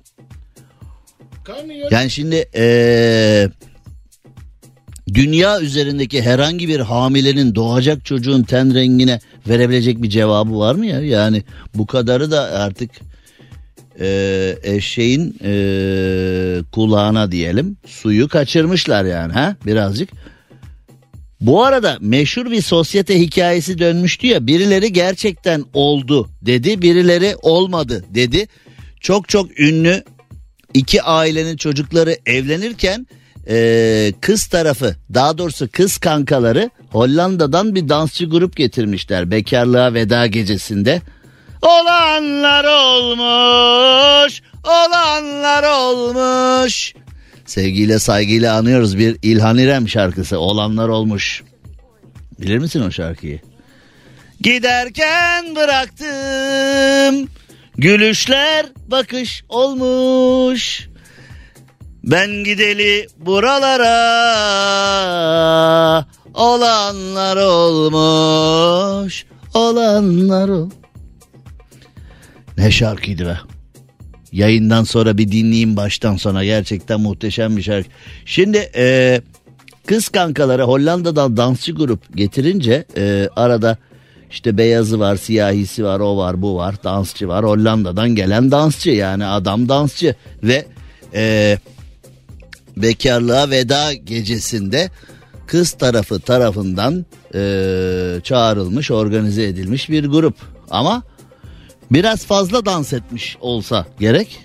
Yani şimdi ee, dünya üzerindeki herhangi bir hamilenin doğacak çocuğun ten rengine verebilecek bir cevabı var mı ya? Yani bu kadarı da artık e, eşeğin e, kulağına diyelim suyu kaçırmışlar yani, ha birazcık. Bu arada meşhur bir sosyete hikayesi dönmüştü ya, birileri gerçekten oldu dedi, birileri olmadı dedi. Çok çok ünlü iki ailenin çocukları evlenirken e, kız tarafı, daha doğrusu kız kankaları Hollanda'dan bir dansçı grup getirmişler bekarlığa veda gecesinde. Olanlar olmuş, olanlar olmuş. Sevgiyle saygıyla anıyoruz bir İlhan İrem şarkısı, olanlar olmuş. Bilir misin o şarkıyı? Giderken bıraktım, gülüşler bakış olmuş. Ben gideli buralara, olanlar olmuş, olanlar ol. Ne şarkıydı be. Yayından sonra bir dinleyeyim baştan sona, gerçekten muhteşem bir şarkı. Şimdi e, kız kankaları Hollanda'dan dansçı grup getirince e, arada işte beyazı var, siyahisi var, o var, bu var, dansçı var. Hollanda'dan gelen dansçı, yani adam dansçı ve e, bekarlığa veda gecesinde kız tarafı tarafından e, çağrılmış, organize edilmiş bir grup. Ama biraz fazla dans etmiş olsa gerek.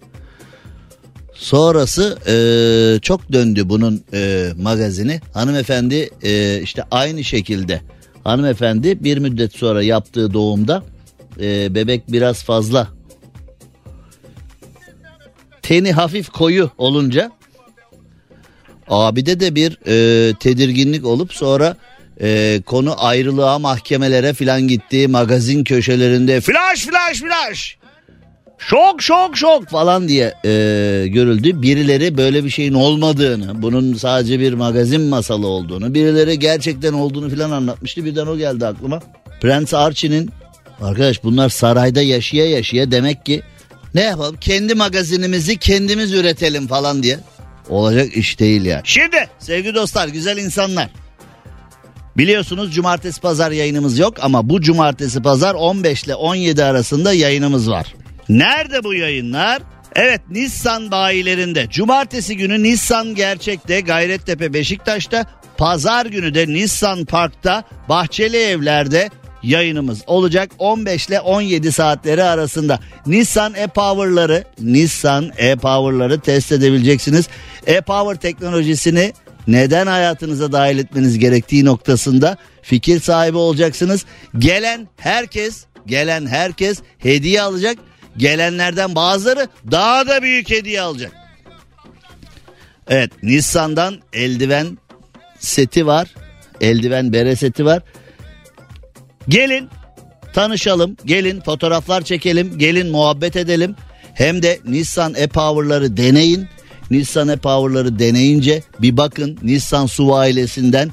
Sonrası e, çok döndü bunun e, magazini. Hanımefendi e, işte aynı şekilde. Hanımefendi bir müddet sonra yaptığı doğumda e, bebek biraz fazla teni hafif koyu olunca abide de bir e, tedirginlik olup sonra e, konu ayrılığa, mahkemelere filan gitti. Magazin köşelerinde flash flash flash şok şok şok falan diye e, görüldü. Birileri böyle bir şeyin olmadığını, bunun sadece bir magazin masalı olduğunu, birileri gerçekten olduğunu filan anlatmıştı. Birden o geldi aklıma. Prens Archie'nin, arkadaş bunlar sarayda yaşaya yaşaya demek ki ne yapalım, kendi magazinimizi kendimiz üretelim falan diye. Olacak iş değil ya. Şimdi sevgili dostlar, güzel insanlar, biliyorsunuz cumartesi pazar yayınımız yok ama bu cumartesi pazar on beş ile on yedi arasında yayınımız var. Nerede bu yayınlar? Evet, Nissan bayilerinde. Cumartesi günü Nissan Gerçek'te, Gayrettepe Beşiktaş'ta, pazar günü de Nissan Park'ta, Bahçeli Evler'de yayınımız olacak on beş ile on yedi saatleri arasında. Nissan e-Power'ları, Nissan e-Power'ları test edebileceksiniz. E-Power teknolojisini neden hayatınıza dahil etmeniz gerektiği noktasında fikir sahibi olacaksınız. Gelen herkes, gelen herkes hediye alacak. Gelenlerden bazıları daha da büyük hediye alacak. Evet, Nissan'dan eldiven seti var. Eldiven bere seti var. Gelin tanışalım, gelin fotoğraflar çekelim, gelin muhabbet edelim. Hem de Nissan e-Power'ları deneyin. Nissan e-Power'ları deneyince bir bakın Nissan S U V ailesinden.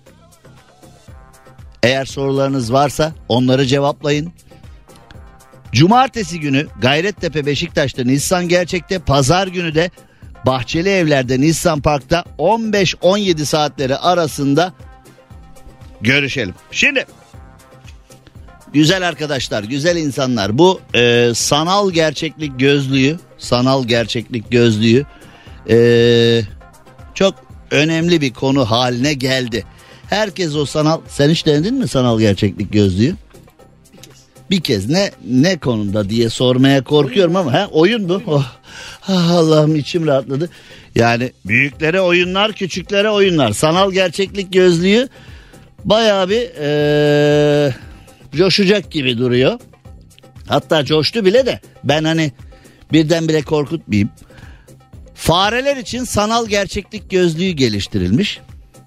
Eğer sorularınız varsa onları cevaplayın. Cumartesi günü Gayrettepe Beşiktaş'ta Nissan Gerçek'te, pazar günü de Bahçeli Evler'de Nissan Park'ta on beş on yedi saatleri arasında görüşelim. Şimdi güzel arkadaşlar, güzel insanlar, bu e, sanal gerçeklik gözlüğü, sanal gerçeklik gözlüğü e, çok önemli bir konu haline geldi. Herkes o sanal, sen hiç denedin mi sanal gerçeklik gözlüğü? Bir kez ne ne konuda diye sormaya korkuyorum ama ha, oyun bu. Oh. Ah, Allah'ım içim rahatladı. Yani büyüklere oyunlar, küçüklere oyunlar. Sanal gerçeklik gözlüğü bayağı bir ee, coşacak gibi duruyor. Hatta coştu bile de ben hani birdenbire korkutmayayım. Fareler için sanal gerçeklik gözlüğü geliştirilmiş.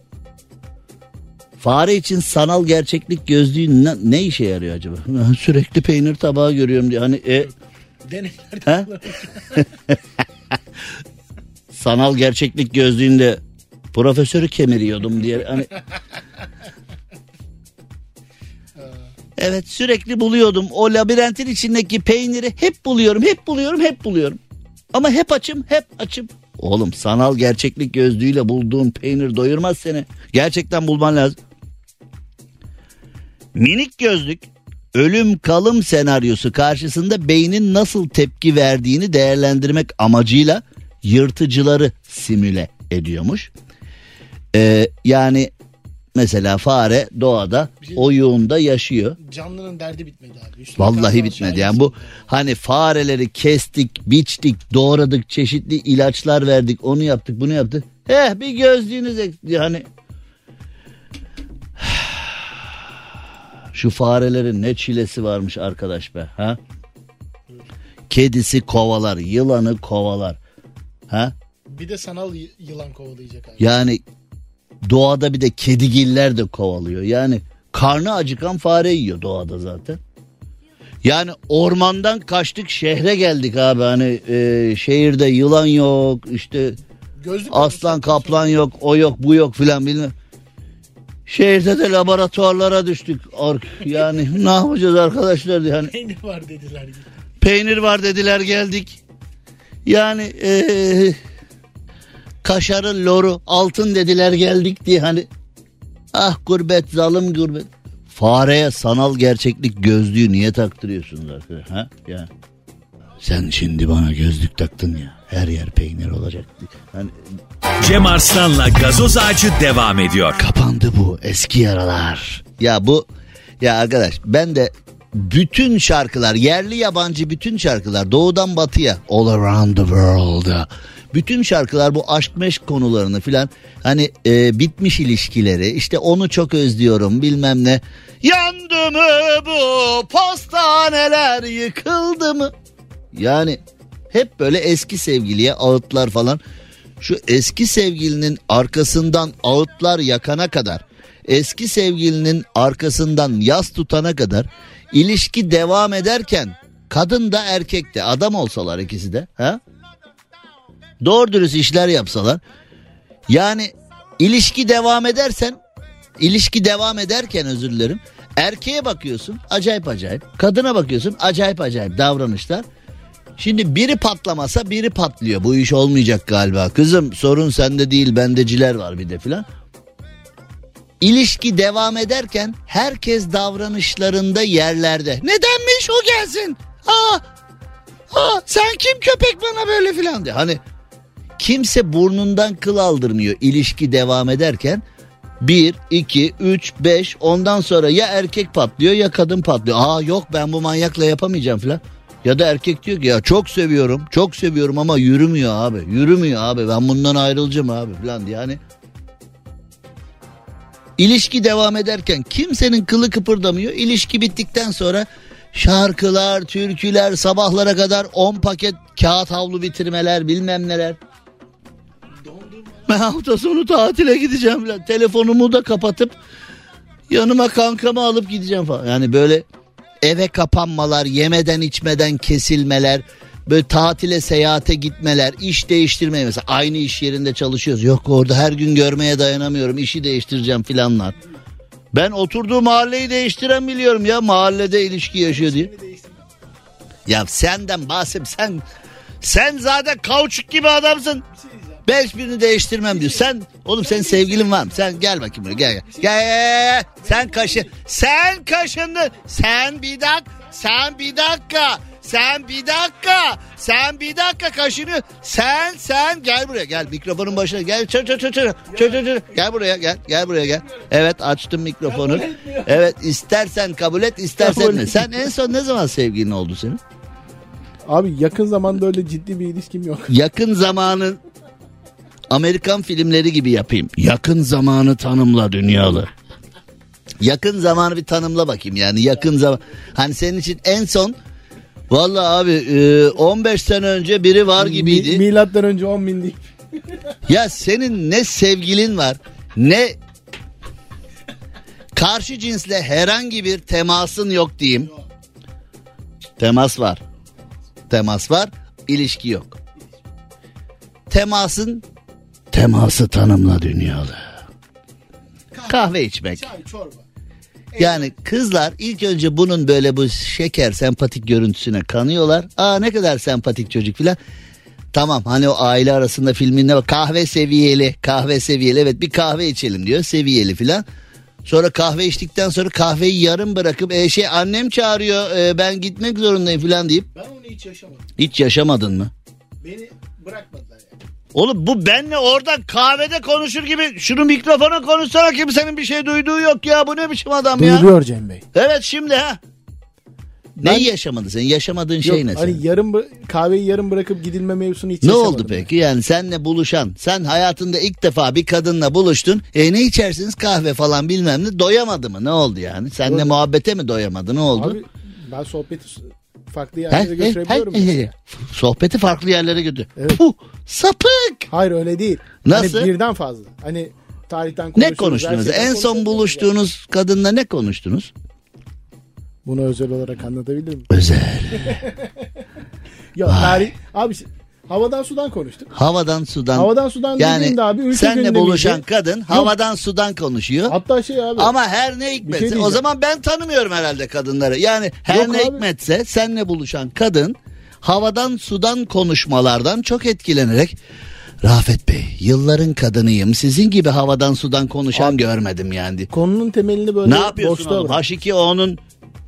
Fare için sanal gerçeklik gözlüğü ne, ne işe yarıyor acaba? Sürekli peynir tabağı görüyorum diye. Hani e, Deneklerde sanal gerçeklik gözlüğünde profesörü kemiriyordum diye. Hani evet, sürekli buluyordum. O labirentin içindeki peyniri hep buluyorum, hep buluyorum, hep buluyorum. Ama hep açım, hep açım. Oğlum sanal gerçeklik gözlüğüyle bulduğun peynir doyurmaz seni. Gerçekten bulman lazım. Minik gözlük ölüm kalım senaryosu karşısında beynin nasıl tepki verdiğini değerlendirmek amacıyla yırtıcıları simüle ediyormuş. Ee, yani mesela fare doğada şey, oyuğunda yaşıyor. Canlının derdi bitmedi abi. Üstüne vallahi bitmedi. Yani bu hani fareleri kestik, biçtik, doğradık, çeşitli ilaçlar verdik, onu yaptık, bunu yaptık. Eh bir gözlüğünüz ekti. Hani şu farelerin ne çilesi varmış arkadaş be. Ha? Kedisi kovalar, yılanı kovalar. Ha? Bir de sanal y- yılan kovalayacak abi. Yani doğada bir de kedigiller de kovalıyor. Yani karnı acıkan fare yiyor doğada zaten. Yani ormandan kaçtık, şehre geldik abi. Hani e, şehirde yılan yok, işte gözlük aslan kaplan yok, o yok bu yok filan bilmem. Şehirde de laboratuvarlara düştük. Yani ne yapacağız arkadaşlar diye. Hani, peynir var dediler. Peynir var dediler geldik. Yani ee, kaşarı, loru, altın dediler geldik diye hani. Ah gurbet, zalim gurbet. Fareye sanal gerçeklik gözlüğü niye taktırıyorsunuz arkadaşlar? Ha? Ya. Sen şimdi bana gözlük taktın ya. Her yer peynir olacak. Hani... Cem Arslan'la Gazoz Ağacı devam ediyor. Kapandı bu eski yaralar. Ya bu ya arkadaş ben de bütün şarkılar, yerli yabancı bütün şarkılar doğudan batıya, all around the world, bütün şarkılar bu aşk meşk konularını filan hani e, bitmiş ilişkileri, işte onu çok özlüyorum bilmem ne, yandı mı bu postaneler, yıkıldı mı, yani hep böyle eski sevgiliye ağıtlar falan. Şu eski sevgilinin arkasından ağıtlar yakana kadar, eski sevgilinin arkasından yas tutana kadar ilişki devam ederken kadın da erkek de adam olsalar ikisi de, ha? Doğru dürüst işler yapsalar, yani ilişki devam edersen, ilişki devam ederken özür dilerim, erkeğe bakıyorsun acayip acayip, kadına bakıyorsun acayip acayip davranışlar. Şimdi biri patlamasa biri patlıyor. Bu iş olmayacak galiba. Kızım sorun sende değil, bendeciler var bir de filan. İlişki devam ederken herkes davranışlarında yerlerde. Nedenmiş o gelsin? Aa, aa, sen kim köpek bana böyle filan diye. Hani kimse burnundan kıl aldırmıyor ilişki devam ederken. Bir, iki, üç, beş, ondan sonra ya erkek patlıyor ya kadın patlıyor. Aa yok ben bu manyakla yapamayacağım filan. Ya da erkek diyor ki ya çok seviyorum, çok seviyorum ama yürümüyor abi, yürümüyor abi, ben bundan ayrılacağım abi falan diye. Yani ilişki devam ederken kimsenin kılı kıpırdamıyor. İlişki bittikten sonra şarkılar, türküler, sabahlara kadar on paket kağıt havlu bitirmeler, bilmem neler. Ben hafta sonu tatile gideceğim falan. Telefonumu da kapatıp yanıma kankamı alıp gideceğim falan. Yani böyle eve kapanmalar, yemeden içmeden kesilmeler, böyle tatile seyahate gitmeler, iş değiştirmeye, mesela aynı iş yerinde çalışıyoruz. Yok orada her gün görmeye dayanamıyorum, işi değiştireceğim filanlar. Ben oturduğu mahalleyi değiştiren biliyorum ya, mahallede ilişki yaşıyor diye. Ya senden bahsedeyim, sen sen zaten kauçuk gibi adamsın. Ben hiçbirini değiştirmem diyor. Sen oğlum senin sevgilin var mı? Sen gel bakayım buraya, gel gel. Gel, gel, gel. Sen kaşı. Sen kaşındın. Sen bir dakika. Sen bir dakika. Sen bir dakika. sen bir dakika kaşınıyor. Sen sen gel buraya gel mikrofonun başına gel. Çır çır çır çır çır çır çır. Gel buraya gel gel buraya gel. Evet açtım mikrofonu. Evet istersen kabul et istersen Kabul ne. et. Sen en son ne zaman sevgilin oldu senin? Abi yakın zamanda öyle ciddi bir ilişkim yok. Yakın zamanın Amerikan filmleri gibi yapayım. Yakın zamanı tanımla dünyalı. Yakın zamanı bir tanımla bakayım yani yakın zaman. Hani senin için en son vallahi abi on beş sene önce biri var gibiydi. Mi, milattan önce on bin değil. Ya senin ne sevgilin var ne karşı cinsle herhangi bir temasın yok diyeyim. Temas var. Temas var, ilişki yok. Temasın teması tanımla dünyalı. Kahve içmek. Çay, çorba. Yani kızlar ilk önce bunun böyle bu şeker sempatik görüntüsüne kanıyorlar. Aa ne kadar sempatik çocuk filan. Tamam hani o aile arasında filminde bak kahve seviyeli kahve seviyeli evet bir kahve içelim diyor seviyeli filan. Sonra kahve içtikten sonra kahveyi yarım bırakıp e, şey annem çağırıyor e, ben gitmek zorundayım filan deyip. Ben onu hiç yaşamadım. Hiç yaşamadın mı? Beni bırakmadılar yani. Oğlum bu benle oradan kahvede konuşur gibi şunu mikrofona konuşsana kimsenin bir şey duyduğu yok ya bu ne biçim adam ya. Duyuluyor Cem Bey. Evet şimdi ha. Ben- Neyi yaşamadın sen? Yaşamadığın şey Yok, ne hani sen? yarım bı- kahveyi yarım bırakıp gidilme mevzusunu hiç Ne yaşamadım. oldu peki? Yani senle buluşan, sen hayatında ilk defa bir kadınla buluştun. E ne içersiniz kahve falan bilmem ne doyamadı mı? Ne oldu yani? Senle Öyle. muhabbete mi doyamadı? Ne oldu? Abi ben sohbeti s- farklı He, yerlere he, götürebiliyorum. he, he, he. Sohbeti farklı yerlere götür. Evet. Puh, sapık. Hayır öyle değil. Nasıl? Hani birden fazla. Hani tarihten Ne konuşuyoruz. konuştunuz? her şeyden En son konuşabiliyoruz buluştuğunuz kadınla ne konuştunuz? ya. Bunu özel olarak anlatabilirim. Özel. Ya Vay. tarih abi ş- havadan sudan konuştuk. Havadan sudan. Havadan sudan yani dediğimde abi ülke senle gündemiydi. buluşan kadın havadan sudan konuşuyor. Hatta şey abi. Ama her ne hikmetse diyeceğim. o zaman ben tanımıyorum herhalde kadınları. Yani her Yok ne abi. hikmetse seninle buluşan kadın havadan sudan konuşmalardan çok etkilenerek Rafet Bey yılların kadınıyım sizin gibi havadan sudan konuşan Abi, görmedim yani. konunun temelini böyle Ne yapıyorsun boşluğa oğlum? bırak. H iki O'nun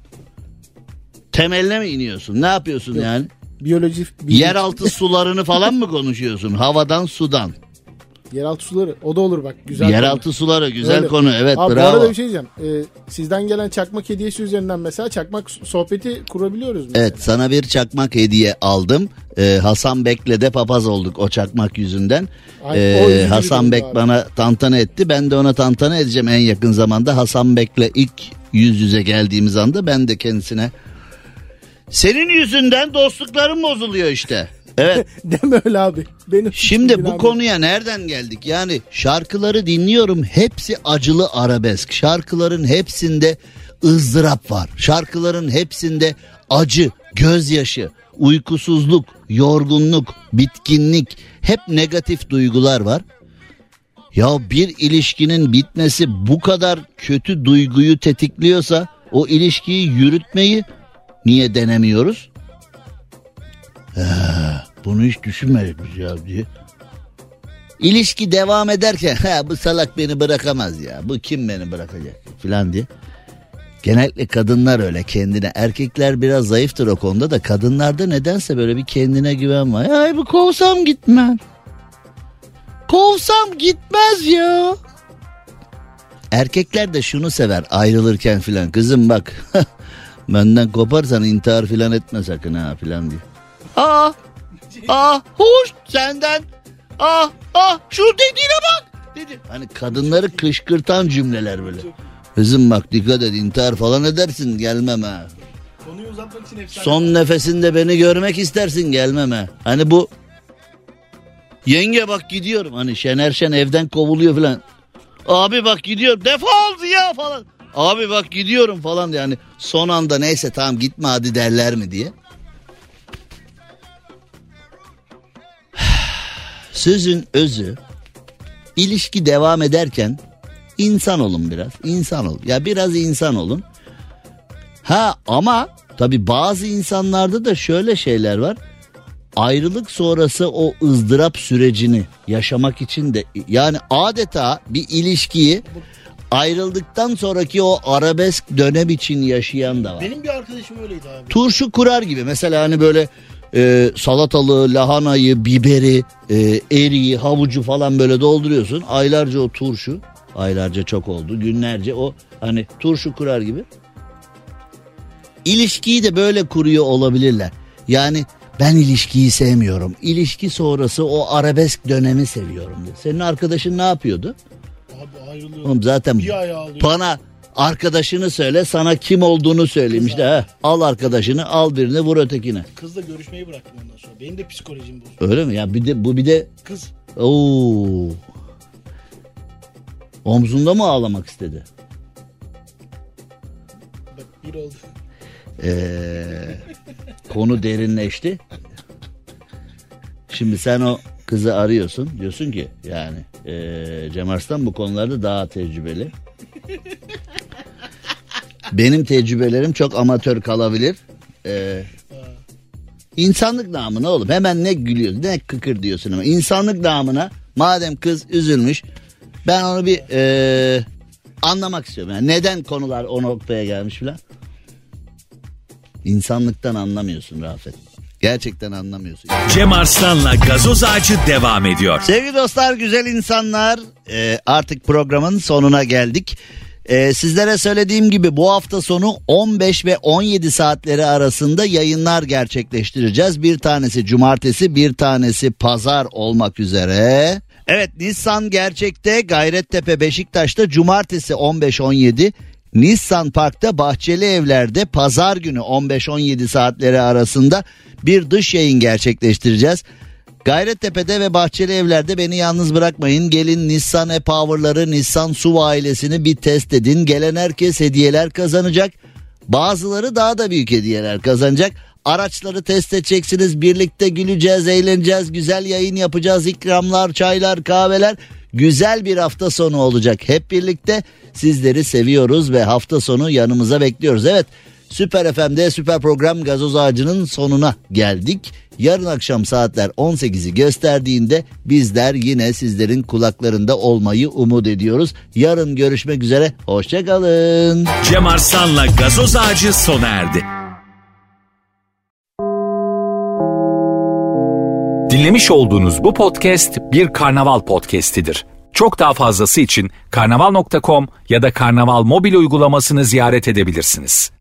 temeline mi iniyorsun? Ne yapıyorsun Yok. yani? Biyoloji, bilgi- Yeraltı sularını falan mı konuşuyorsun? Havadan sudan. yeraltı suları o da olur bak güzel. Yeraltı konu. suları güzel Öyle. konu. Evet Abi, bu bravo. arada bir şey diyeceğim. Ee, sizden gelen çakmak hediyesi üzerinden mesela çakmak sohbeti kurabiliyoruz mesela. Evet sana bir çakmak hediye aldım. Ee, Hasan Bek'le de papaz olduk o çakmak yüzünden. Ay, Ee, o üzücü bir Hasan durumdu Bek abi. bana tantana etti. Ben de ona tantana edeceğim en yakın zamanda. Hasan Bek'le ilk yüz yüze geldiğimiz anda ben de kendisine senin yüzünden dostluklarım bozuluyor işte. Evet. Deme öyle abi. Benim Şimdi bu abi. konuya nereden geldik? Yani şarkıları dinliyorum. Hepsi acılı arabesk. Şarkıların hepsinde ızdırap var. Şarkıların hepsinde acı, gözyaşı, uykusuzluk, yorgunluk, bitkinlik, hep negatif duygular var. Ya bir ilişkinin bitmesi bu kadar kötü duyguyu tetikliyorsa o ilişkiyi yürütmeyi niye denemiyoruz? Ee, bunu hiç düşünmedik biz ya diye. İlişki devam ederken ha bu salak beni bırakamaz ya. Bu kim beni bırakacak filan diye. Genellikle kadınlar öyle kendine. Erkekler biraz zayıftır o konuda da kadınlarda nedense böyle bir kendine güven var. Ay bu kovsam gitmem. Kovsam gitmez ya. Erkekler de şunu sever ayrılırken filan. Kızım bak benden koparsan intihar filan etme sakın ha filan diye. Aa, aa hoş senden. Ah ah şu dediğine bak dedi. Hani kadınları kışkırtan cümleler böyle. Kızım bak dikkat et intihar falan edersin gelmem ha. Konuyu uzatmak için efsane. Son nefesinde beni görmek istersin gelmem ha. Hani bu yenge bak gidiyorum hani Şener Şen evden kovuluyor falan. Abi bak gidiyorum defol ya falan. Abi bak gidiyorum falan yani son anda neyse tamam gitme hadi derler mi diye. Sözün özü ilişki devam ederken insan olun biraz insan olun ya biraz insan olun. Ha ama tabii bazı insanlarda da şöyle şeyler var. Ayrılık sonrası o ızdırap sürecini yaşamak için de yani adeta bir ilişkiyi ayrıldıktan sonraki o arabesk dönem için yaşayan da var. Benim bir arkadaşım öyleydi abi. Turşu kurar gibi mesela hani böyle e, salatalığı, lahanayı, biberi, e, eriği, havucu falan böyle dolduruyorsun. Aylarca o turşu, aylarca çok oldu, günlerce o hani turşu kurar gibi. İlişkiyi de böyle kuruyor olabilirler. Yani ben ilişkiyi sevmiyorum. İlişki sonrası o arabesk dönemi seviyorum diye. Senin arkadaşın ne yapıyordu? Abi ayrılıyor. Oğlum zaten Bir ay ağlıyor. bana arkadaşını söyle, sana kim olduğunu söyleyeyim işte. Ha. Al arkadaşını, al birini, vur ötekine. Kızla görüşmeyi bıraktım ondan sonra. Benim de psikolojim bozuldu. Öyle mi? Ya bir de bu bir de Kız. Oo. Omzunda mı ağlamak istedi? Bak bir oldu. Ee, konu derinleşti. Şimdi sen o kızı arıyorsun. Diyorsun ki yani ee, Cem Arslan bu konularda daha tecrübeli. Benim tecrübelerim çok amatör kalabilir. Ee, insanlık namına oğlum. Hemen ne gülüyorsun, ne kıkır diyorsun ama. İnsanlık namına madem kız üzülmüş, ben onu bir ee, anlamak istiyorum. Yani neden konular o noktaya gelmiş filan. İnsanlıktan anlamıyorsun Rafet. Gerçekten anlamıyorsun. Cem Arslan'la Gazoz Ağacı devam ediyor. Sevgili dostlar, güzel insanlar, e, artık programın sonuna geldik. E, sizlere söylediğim gibi bu hafta sonu on beş ve on yedi saatleri arasında yayınlar gerçekleştireceğiz. Bir tanesi cumartesi, bir tanesi pazar olmak üzere. Evet, Nissan Gerçek'te Gayrettepe Beşiktaş'ta cumartesi on beş on yedi, Nissan Park'ta Bahçeli Evler'de pazar günü on beş on yedi saatleri arasında bir dış yayın gerçekleştireceğiz. Gayrettepe'de ve Bahçeli Evler'de beni yalnız bırakmayın. Gelin Nissan e-Power'ları, Nissan S U V ailesini bir test edin. Gelen herkes hediyeler kazanacak. Bazıları daha da büyük hediyeler kazanacak. Araçları test edeceksiniz. Birlikte güleceğiz, eğleneceğiz. Güzel yayın yapacağız. İkramlar, çaylar, kahveler. Güzel bir hafta sonu olacak. Hep birlikte sizleri seviyoruz ve hafta sonu yanımıza bekliyoruz. Evet, Süper F M'de Süper Program Gazoz Ağacı'nın sonuna geldik. Yarın akşam saatler on sekizi gösterdiğinde bizler yine sizlerin kulaklarında olmayı umut ediyoruz. Yarın görüşmek üzere. Hoşçakalın. Cem Arslan'la Gazoz Ağacı sona erdi. Dinlemiş olduğunuz bu podcast bir karnaval podcastidir. Çok daha fazlası için karnaval nokta com ya da karnaval mobil uygulamasını ziyaret edebilirsiniz.